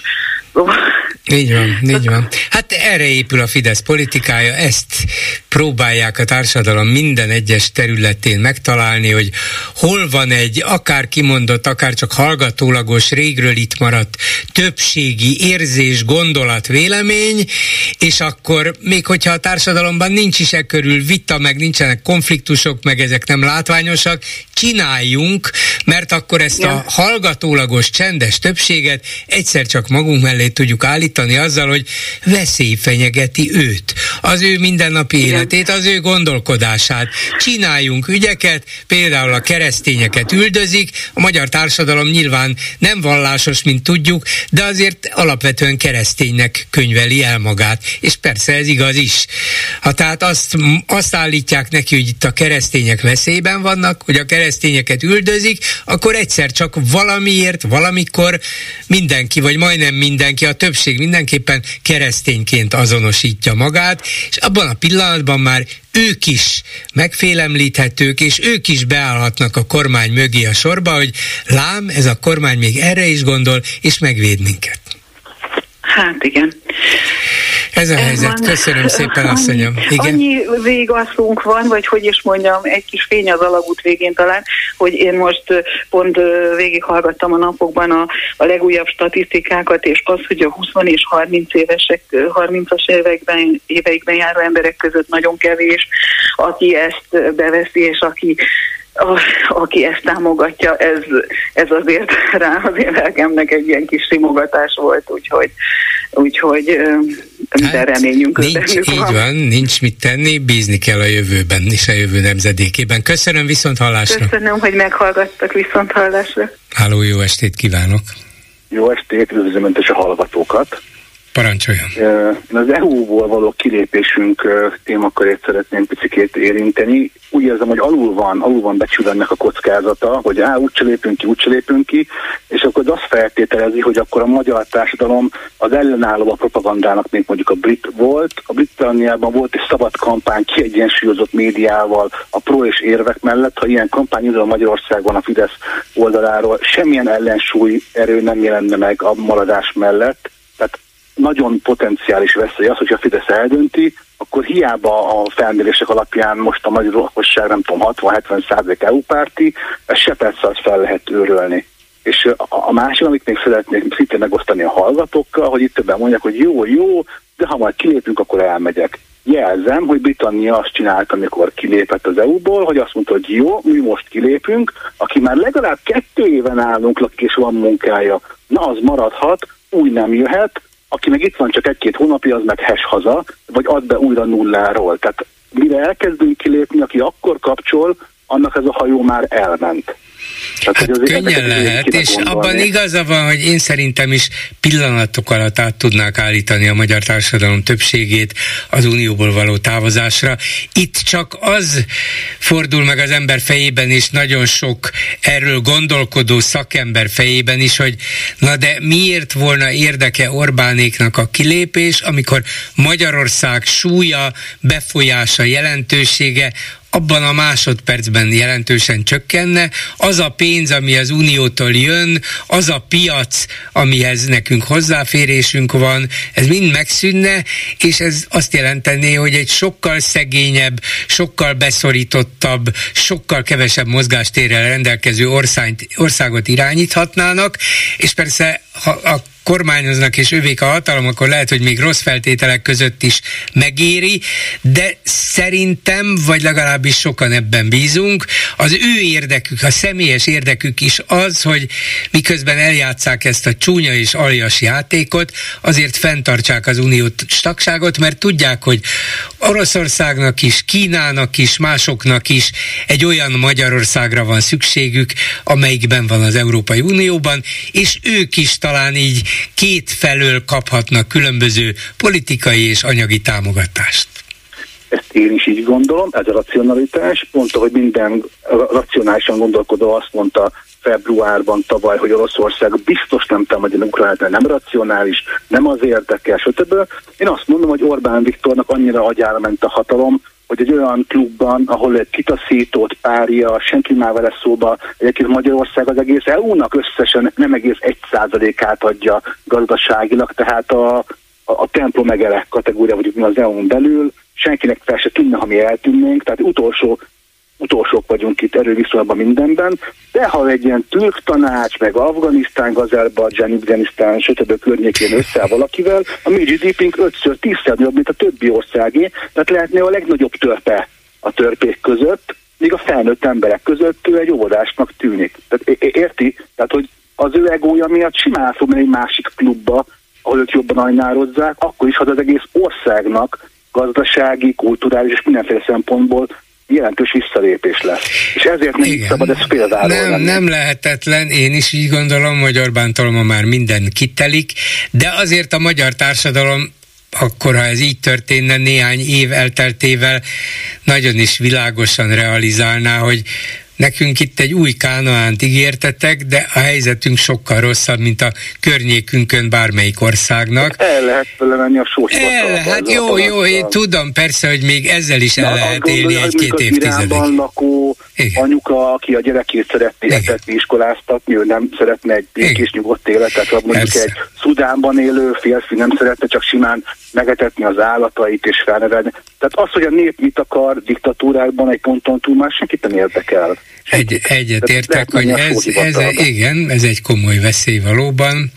Így van, így van. Hát erre épül a Fidesz politikája, ezt próbálják a társadalom minden egyes területén megtalálni, hogy hol van egy akár kimondott, akár csak hallgatólagos, régről itt maradt többségi érzés, gondolat, vélemény, és akkor még hogyha a társadalomban nincs is e körül vita, meg nincsenek konfliktusok, meg ezek nem látványosak, csináljunk, mert akkor ezt a hallgatólagos, csendes többséget egyszer csak magunk mellé tudjuk állítani azzal, hogy veszély fenyegeti őt, az ő mindennapi életét, az ő gondolkodását. Csináljunk ügyeket, például a keresztényeket üldözik, a magyar társadalom nyilván nem vallásos, mint tudjuk, de azért alapvetően kereszténynek könyveli el magát, és persze ez igaz is. Ha tehát azt, azt állítják neki, hogy itt a keresztények veszélyben vannak, hogy a keresztényeket üldözik, akkor egyszer csak valamiért, valamikor mindenki, vagy majdnem mindenki, a többség mindenképpen keresztényként azonosítja magát, és abban a pillanatban már ők is megfélemlíthetők, és ők is beállhatnak a kormány mögé a sorba, hogy lám, ez a kormány még erre is gondol, és megvéd minket. Hát igen. Ez a ez helyzet. Van. Köszönöm szépen, asszonyom. Igen? Annyi végasszunk van, vagy hogy is mondjam, egy kis fény az alagút végén talán, hogy én most pont végighallgattam a napokban a, a legújabb statisztikákat, és az, hogy a húsz és harminc évesek, harmincas években, éveikben járó emberek között nagyon kevés, aki ezt beveszi, és aki A, aki ezt támogatja, ez, ez azért rá az én lelkemnek egy ilyen kis simogatás volt, úgyhogy, úgyhogy minden hát, reményünk nincs, így van. van, nincs mit tenni, bízni kell a jövőben és a jövő nemzedékében. Köszönöm, viszont hallásra. Köszönöm, hogy meghallgattak, viszont hallásra. Háló, jó estét kívánok. Jó estét, üdvözlöm a hallgatókat. Parancsoljon. Én az é u-ból való kilépésünk témakörét szeretném picikét érinteni. Úgy érzem, hogy alul van, alul van becsülve ennek a kockázata, hogy á, úgyse lépünk ki, úgyse lépünk ki, és akkor azt feltételezi, hogy akkor a magyar társadalom az ellenálló a propagandának, mint mondjuk a brit volt. A Britanniában volt egy szabad kampány kiegyensúlyozott médiával a pro és érvek mellett. Ha ilyen kampány indul Magyarországon a Fidesz oldaláról, semmilyen ellensúly erő nem jelenne meg a maradás mellett. Tehát nagyon potenciális veszély az, hogyha a Fidesz eldönti, akkor hiába a felmérések alapján most a magyar lakosság, nem tudom, hatvan-hetven százalék é u-párti, ezt se perc alatt fel lehet őrölni. És a másik, amit még szeretnék szintén megosztani a hallgatókkal, hogy itt többen mondják, hogy jó, jó, de ha majd kilépünk, akkor elmegyek. Jelzem, hogy Britannia azt csinálta, amikor kilépett az é u-ból, hogy azt mondta, hogy jó, mi most kilépünk, aki már legalább kettő éven állunk, lakik és van munkája, na az maradhat, úgy nem jöhet, aki meg itt van csak egy-két hónapja, az meg hes haza, vagy ad be újra nulláról. Tehát mire elkezdünk kilépni, aki akkor kapcsol, annak ez a hajó már elment. Tehát, hát könnyen lehet, és gondolni. Abban igaza van, hogy én szerintem is pillanatok alatt át tudnák állítani a magyar társadalom többségét az unióból való távozásra. Itt csak az fordul meg az ember fejében, és nagyon sok erről gondolkodó szakember fejében is, hogy na de miért volna érdeke Orbánéknak a kilépés, amikor Magyarország súlya, befolyása, jelentősége abban a másodpercben jelentősen csökkenne, az a pénz, ami az Uniótól jön, az a piac, amihez nekünk hozzáférésünk van, ez mind megszűnne, és ez azt jelentené, hogy egy sokkal szegényebb, sokkal beszorítottabb, sokkal kevesebb mozgástérrel rendelkező ország, országot irányíthatnának, és persze ha a kormányoznak és övék a hatalom, akkor lehet, hogy még rossz feltételek között is megéri, de szerintem, vagy legalábbis sokan ebben bízunk, az ő érdekük, a személyes érdekük is az, hogy miközben eljátszák ezt a csúnya és aljas játékot, azért fenntartsák az uniós tagságot, mert tudják, hogy Oroszországnak is, Kínának is, másoknak is egy olyan Magyarországra van szükségük, amelyikben van az Európai Unióban, és ők is talán így két felől kaphatnak különböző politikai és anyagi támogatást. Ezt én is így gondolom, ez a racionalitás. Pont, hogy minden racionálisan gondolkodó azt mondta februárban tavaly, hogy Oroszország biztos nem támadja Ukrajnát, nem racionális, nem az érdekel, stb. Én azt mondom, hogy Orbán Viktornak annyira agyára ment a hatalom, hogy egy olyan klubban, ahol egy kitaszított párja, senki már vele szóba, egyébként Magyarország az egész é u-nak összesen nem egész egy százalékát adja gazdaságilag, tehát a, a, a templom egerek kategória vagyunk mi az é u-n belül, senkinek fel se tűnne, ha mi eltűnnénk, tehát utolsó, utolsók vagyunk itt erőviszonyban mindenben, de ha egy ilyen türk tanács, meg Afganisztán, Azerbajdzsán, Afganisztán, stb. Környékén összeáll valakivel, a mi gé dé pé-nk ötször, tízszer nagyobb, mint a többi országé, tehát lehetne a legnagyobb törpe a törpék között, míg a felnőtt emberek között ő egy óvodásnak tűnik. Tehát érti? Tehát, hogy az ő egója miatt simán fog menni egy másik klubba, ahol ők jobban ajnározzák, akkor is, ha az egész országnak gazdasági, kulturális és mindenféle szempontból jelentős visszalépés lesz. És ezért nem így szabad ezt félvárolni. Nem, nem lehetetlen, én is így gondolom, hogy Orbántól ma már minden kitelik, de azért a magyar társadalom, akkor ha ez így történne, néhány év elteltével nagyon is világosan realizálná, hogy nekünk itt egy új Kánaánt ígértetek, de a helyzetünk sokkal rosszabb, mint a környékünkön bármelyik országnak. El lehet fölvenni a sósvatalba. Hát jó, jó, én tudom persze, hogy még ezzel is el lehet élni egy-két évtizedig. Az lakó igen. anyuka, aki a gyerekét szeretné etetni, iskoláztatni, ő nem szeretne egy békés nyugodt életet, vagy mondjuk persze. egy Szudánban élő férfi nem szeretne csak simán megetetni az állatait és felnevelni. Tehát az, hogy a nép mit akar diktatúrákban egy ponton túl, már senkit nem érdekel. Egy, egyet értek, hogy ez, ez, igen, ez egy komoly veszély valóban,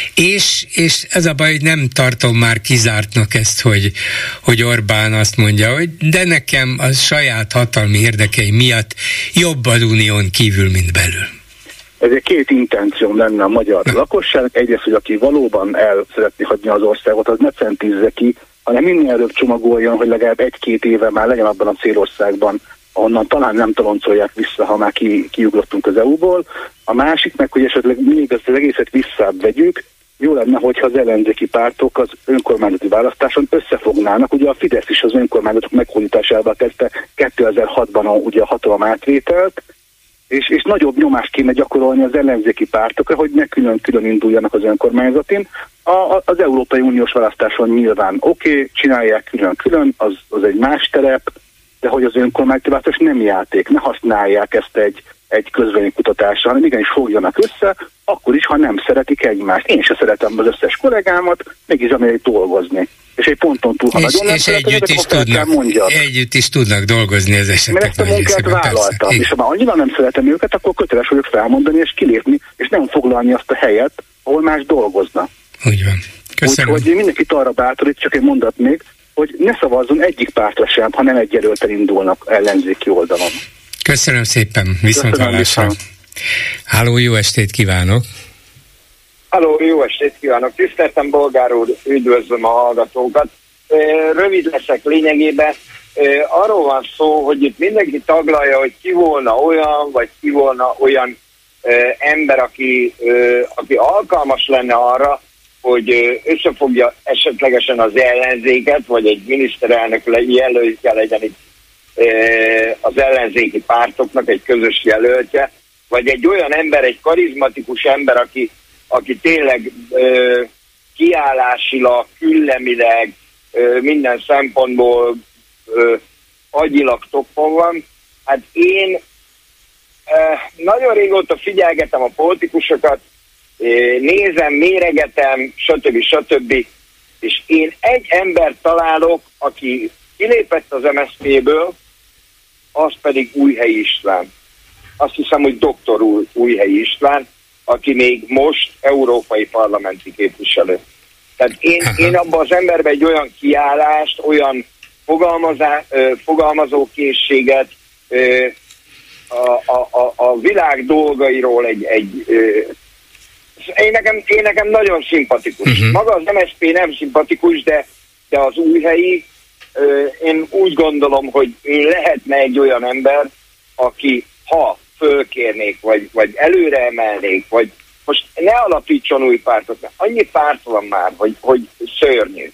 és, és ez a baj, hogy nem tartom már kizártnak ezt, hogy, hogy Orbán azt mondja, hogy de nekem a saját hatalmi érdekei miatt jobb az unión kívül, mint belül. Ezért két intenció lenne a magyar Na. lakosság. Egyrészt, hogy aki valóban el szeretné hagyni az országot, az ne centízze ki, hanem minél előbb csomagoljon, hogy legalább egy-két éve már legyen abban a célországban, onnan talán nem taloncolják vissza, ha már ki, kiugrottunk az é u-ból. A másik meg, hogy esetleg még ezt az egészet visszább vegyük, jó lenne, hogyha az ellenzéki pártok az önkormányzati választáson összefognának. Ugye a Fidesz is az önkormányzatok meghódításával kezdte kétezer-hatban a, ugye a hatalom átvételt, és, és nagyobb nyomást kéne gyakorolni az ellenzéki pártokra, hogy ne külön-külön induljanak az önkormányzatin. A, a, az Európai Uniós választáson nyilván oké, okay, csinálják külön-külön, az, az egy más terep, de hogy az önkormányzati választás nem játék, ne használják ezt egy, egy közvéleménykutatásra, hanem igenis fogjanak össze, akkor is, ha nem szeretik egymást. Én se szeretem az összes kollégámat, mégis amelyik dolgozni. És egy ponton túl, ha és, nagyon nem és együtt, is tudnak, együtt is tudnak dolgozni az esetek. Mert ezt a munkát vállaltam, persze. És ha már annyira nem szeretem őket, akkor köteles vagyok felmondani és kilépni, és nem foglalni azt a helyet, ahol más dolgozna. Úgy van. Köszönöm. Úgyhogy mindenkit arra bátorít, csak egy mondat még, hogy ne szavazzon egyik pártra sem, ha nem egy jelölten indulnak ellenzéki oldalon. Köszönöm szépen, viszonthallásra. Háló, jó estét kívánok! Halló, jó estét kívánok! Tiszteltem, Bolgár úr, üdvözlöm a hallgatókat. Rövid leszek lényegében. Arról van szó, hogy itt mindenki taglalja, hogy ki volna olyan, vagy ki volna olyan ember, aki, aki alkalmas lenne arra, hogy összefogja esetlegesen az ellenzéket, vagy egy miniszterelnök jelöltje legyen itt az ellenzéki pártoknak egy közös jelöltje, vagy egy olyan ember, egy karizmatikus ember, aki, aki tényleg ö, kiállásilag, küllemileg, ö, minden szempontból ö, agyilag toppon van. Hát én ö, nagyon régóta figyelgetem a politikusokat, ö, nézem, méregetem, stb. stb. És én egy embert találok, aki kilépett az em es zé pé-ből, az pedig Újhelyi István. Azt hiszem, hogy doktor Újhelyi István, aki még most európai parlamenti képviselő. Tehát én, én abban az emberben egy olyan kiállást, olyan fogalmazá, fogalmazókészséget, a, a, a világ dolgairól egy, egy én, nekem, én nekem nagyon szimpatikus. Uh-huh. Maga az em es zé pé nem szimpatikus, de, de az Újhelyi, én úgy gondolom, hogy lehetne egy olyan ember, aki ha fölkérnék, vagy, vagy előre emelnék, vagy most ne alapítson új pártot, mert annyi párt van már, hogy, hogy szörnyű.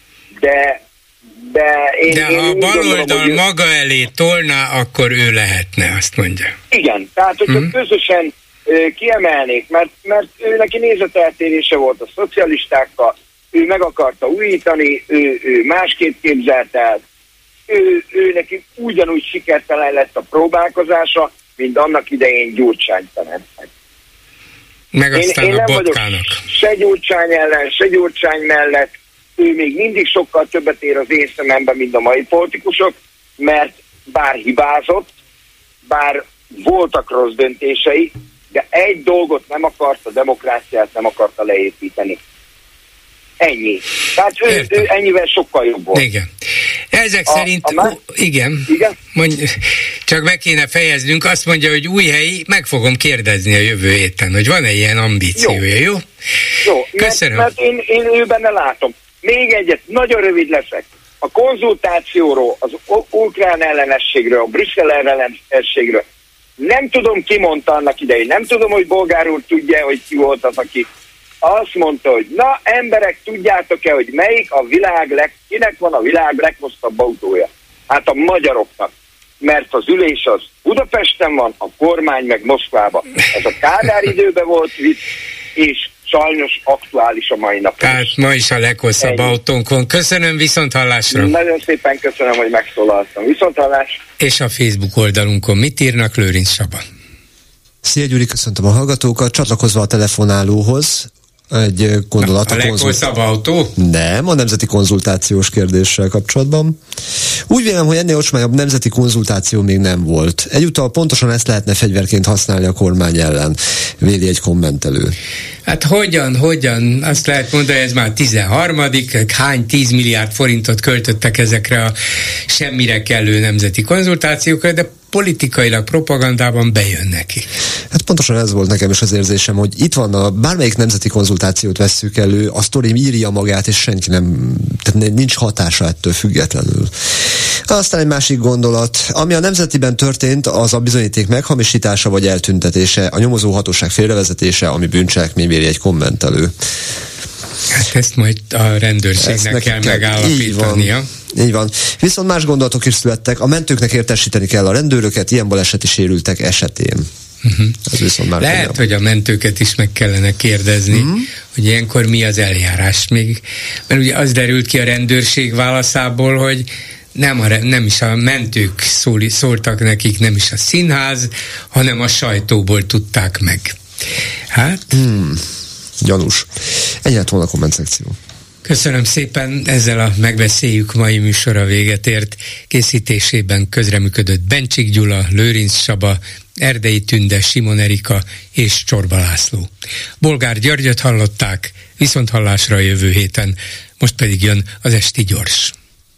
De De, én, De én ha a baloldal ő... maga elé tolná, akkor ő lehetne, azt mondja. Igen, tehát hogyha uh-huh. közösen uh, kiemelnék, mert, mert ő neki nézeteltérése volt a szocialistákkal, ő meg akarta újítani, ő, ő másképp képzelt el, ő, ő neki ugyanúgy sikertelen lett a próbálkozása, mint annak idején Gyurcsány Ferencnek. Meg aztán én, én a Botkának. Se Gyurcsány ellen, se Gyurcsány mellett, ő még mindig sokkal többet ér az én szememben, mint a mai politikusok, mert bár hibázott, bár voltak rossz döntései, de egy dolgot nem akart, a demokráciát nem akarta leépíteni. Ennyi. Tehát ő, ő ennyivel sokkal jobb volt. Igen. Ezek a, szerint, a má... igen, igen? Mondj, csak be kéne fejeznünk, azt mondja, hogy Újhelyi, meg fogom kérdezni a jövő héten, hogy van-e ilyen ambíciója, jó? Jó, jó köszönöm. Mert, mert én, én ő benne látom. Még egyet, nagyon rövid leszek. A konzultációról, az ukrán ellenességről, a Brüsszel ellenességről nem tudom, ki mondta annak idején, nem tudom, hogy Bolgár úr tudja, hogy ki volt az, aki azt mondta, hogy na emberek, tudjátok-e, hogy melyik a világ leg, kinek van a világ leghosszabb autója? Hát a magyaroknak. Mert az ülés az Budapesten van, a kormány meg Moszkvában. Ez a Kádár időben volt vicc, és sajnos aktuális a mai napon. Tehát ma is a leghosszabb Ennyi. autónk van. Köszönöm, viszonthallásra. Nagyon szépen köszönöm, hogy megszólaltam. Viszonthallás. És a Facebook oldalunkon mit írnak? Lőrinc Csaba. Szia Gyuri, köszöntöm a hallgatókat. Csatlakozva a telefonálóhoz, egy gondolat. A, a leghosszabb autó? Nem, a nemzeti konzultációs kérdéssel kapcsolatban. Úgy vélem, hogy ennél ocsmányabb nemzeti konzultáció még nem volt. Egyúttal pontosan ezt lehetne fegyverként használni a kormány ellen, véli egy kommentelő. Hát hogyan, hogyan? Azt lehet mondani, ez már tizenharmadik hány tíz milliárd forintot költöttek ezekre a semmire kellő nemzeti konzultációkra, de politikailag, propagandában bejön neki. Hát pontosan ez volt nekem is az érzésem, hogy itt van a bármelyik nemzeti konzultációt vesszük elő, a sztori írja magát, és senki nem, tehát nincs hatása ettől függetlenül. Aztán egy másik gondolat, ami a nemzetiben történt, az a bizonyíték meghamisítása vagy eltüntetése, a nyomozó hatóság félrevezetése, ami bűncselekmény, véli egy kommentelő. Hát ezt majd a rendőrségnek kell megállapítania. Így van. Így van. Viszont más gondolatok is születtek. A mentőknek értesíteni kell a rendőröket, ilyen baleseti sérültek esetén. Uh-huh. Ez viszont már lehet, komolyabb. Hogy a mentőket is meg kellene kérdezni, uh-huh. hogy ilyenkor mi az eljárás még. Mert ugye az derült ki a rendőrség válaszából, hogy nem, a, nem is a mentők szól, szóltak nekik, nem is a színház, hanem a sajtóból tudták meg. Hát... Hmm. Gyanús. Ennyi lett volna a komment szekció. Köszönöm szépen, ezzel a megbeszéljük mai műsora véget ért. Készítésében közreműködött Bencsik Gyula, Lőrinc Csaba, Erdei Tünde, Simon Erika és Csorba László. Bolgár Györgyöt hallották, viszont hallásra a jövő héten, most pedig jön az Esti Gyors.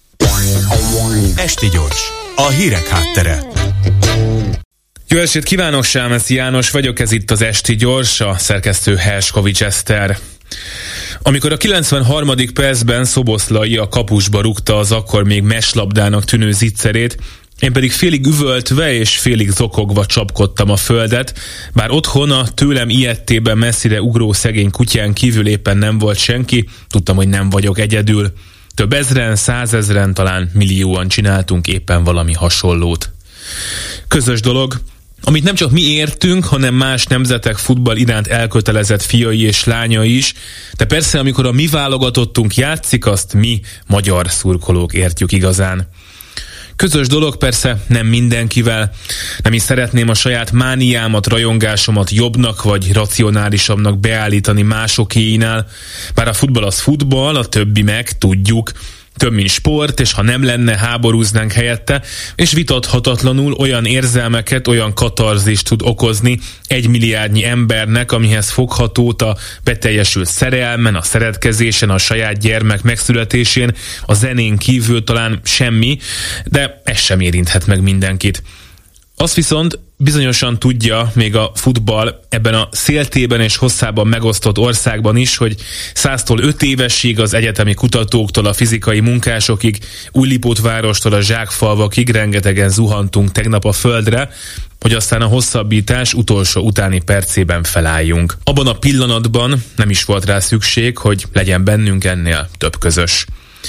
Esti Gyors, a hírek háttere. Jó estét kívánok, Sámeszi János vagyok, ez itt az Esti Gyors, a szerkesztő Herskovics Eszter. Amikor a kilencvenharmadik percben Szoboszlai a kapusba rúgta az akkor még meslabdának tűnő zicserét, én pedig félig üvöltve és félig zokogva csapkodtam a földet, bár otthon a tőlem ijedtében messzire ugró szegény kutyán kívül éppen nem volt senki, tudtam, hogy nem vagyok egyedül. Több ezren, százezren, talán millióan csináltunk éppen valami hasonlót. Közös dolog, amit nem csak mi értünk, hanem más nemzetek futball iránt elkötelezett fiai és lányai is, de persze amikor a mi válogatottunk játszik, azt mi, magyar szurkolók értjük igazán. Közös dolog persze nem mindenkivel, nem is szeretném a saját mániámat, rajongásomat jobbnak vagy racionálisabbnak beállítani másokéinál, bár a futball az futball, a többi meg, tudjuk, több mint sport, és ha nem lenne, háborúznánk helyette, és vitathatatlanul olyan érzelmeket, olyan katarzist tud okozni egy milliárdnyi embernek, amihez foghatót a beteljesült szerelmen, a szeretkezésen, a saját gyermek megszületésén, a zenén kívül talán semmi, de ez sem érinthet meg mindenkit. Azt viszont bizonyosan tudja még a futball ebben a széltében és hosszában megosztott országban is, hogy száztól öt évesig az egyetemi kutatóktól a fizikai munkásokig, Újlipótvárostól a zsákfalvakig rengetegen zuhantunk tegnap a földre, hogy aztán a hosszabbítás utolsó utáni percében felálljunk. Abban a pillanatban nem is volt rá szükség, hogy legyen bennünk ennél több közös.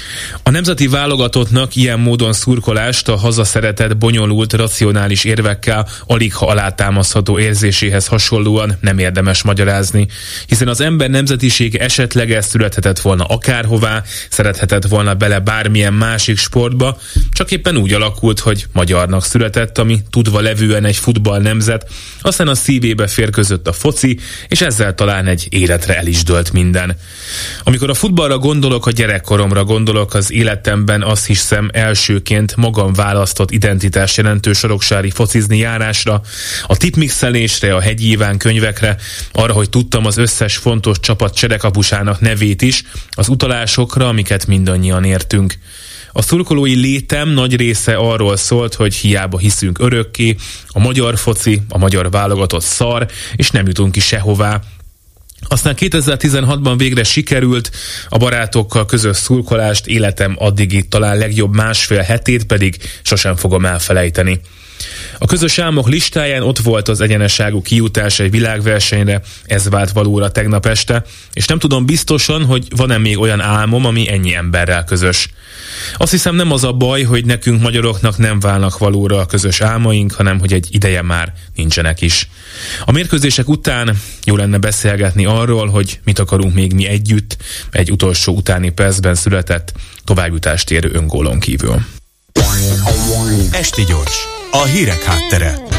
A nemzeti válogatottnak ilyen módon szurkolást a hazaszeretet bonyolult, racionális érvekkel alig ha alátámasztható érzéséhez hasonlóan nem érdemes magyarázni, hiszen az ember nemzetisége esetleges születhetett volna akárhová, szerethetett volna bele bármilyen másik sportba, csak éppen úgy alakult, hogy magyarnak született, ami tudva levően egy futball nemzet, aztán a szívébe férközött a foci, és ezzel talán egy életre el is dőlt minden. Amikor a futballra gondolok, a gyerekkoromra gondolok, Gondolok az életemben azt hiszem elsőként magam választott identitás jelentő soroksári focizni járásra, a tipmixelésre, a Hegyi Iván könyvekre, arra, hogy tudtam az összes fontos csapat cserekapusának nevét is, az utalásokra, amiket mindannyian értünk. A szurkolói létem nagy része arról szólt, hogy hiába hiszünk örökké, a magyar foci, a magyar válogatott szar, és nem jutunk ki sehová. Aztán kétezer-tizenhatban végre sikerült, a barátokkal közös szurkolást, életem addigi talán legjobb másfél hetét pedig sosem fogom elfelejteni. A közös álmok listáján ott volt az egyeneságú kijutás egy világversenyre, ez vált valóra tegnap este, és nem tudom biztosan, hogy van-e még olyan álmom, ami ennyi emberrel közös. Azt hiszem, nem az a baj, hogy nekünk magyaroknak nem válnak valóra a közös álmaink, hanem hogy egy ideje már nincsenek is. A mérkőzések után jó lenne beszélgetni arról, hogy mit akarunk még mi együtt, egy utolsó utáni percben született továbbjutást érő öngólon kívül. Esti gyors, a hírek háttere.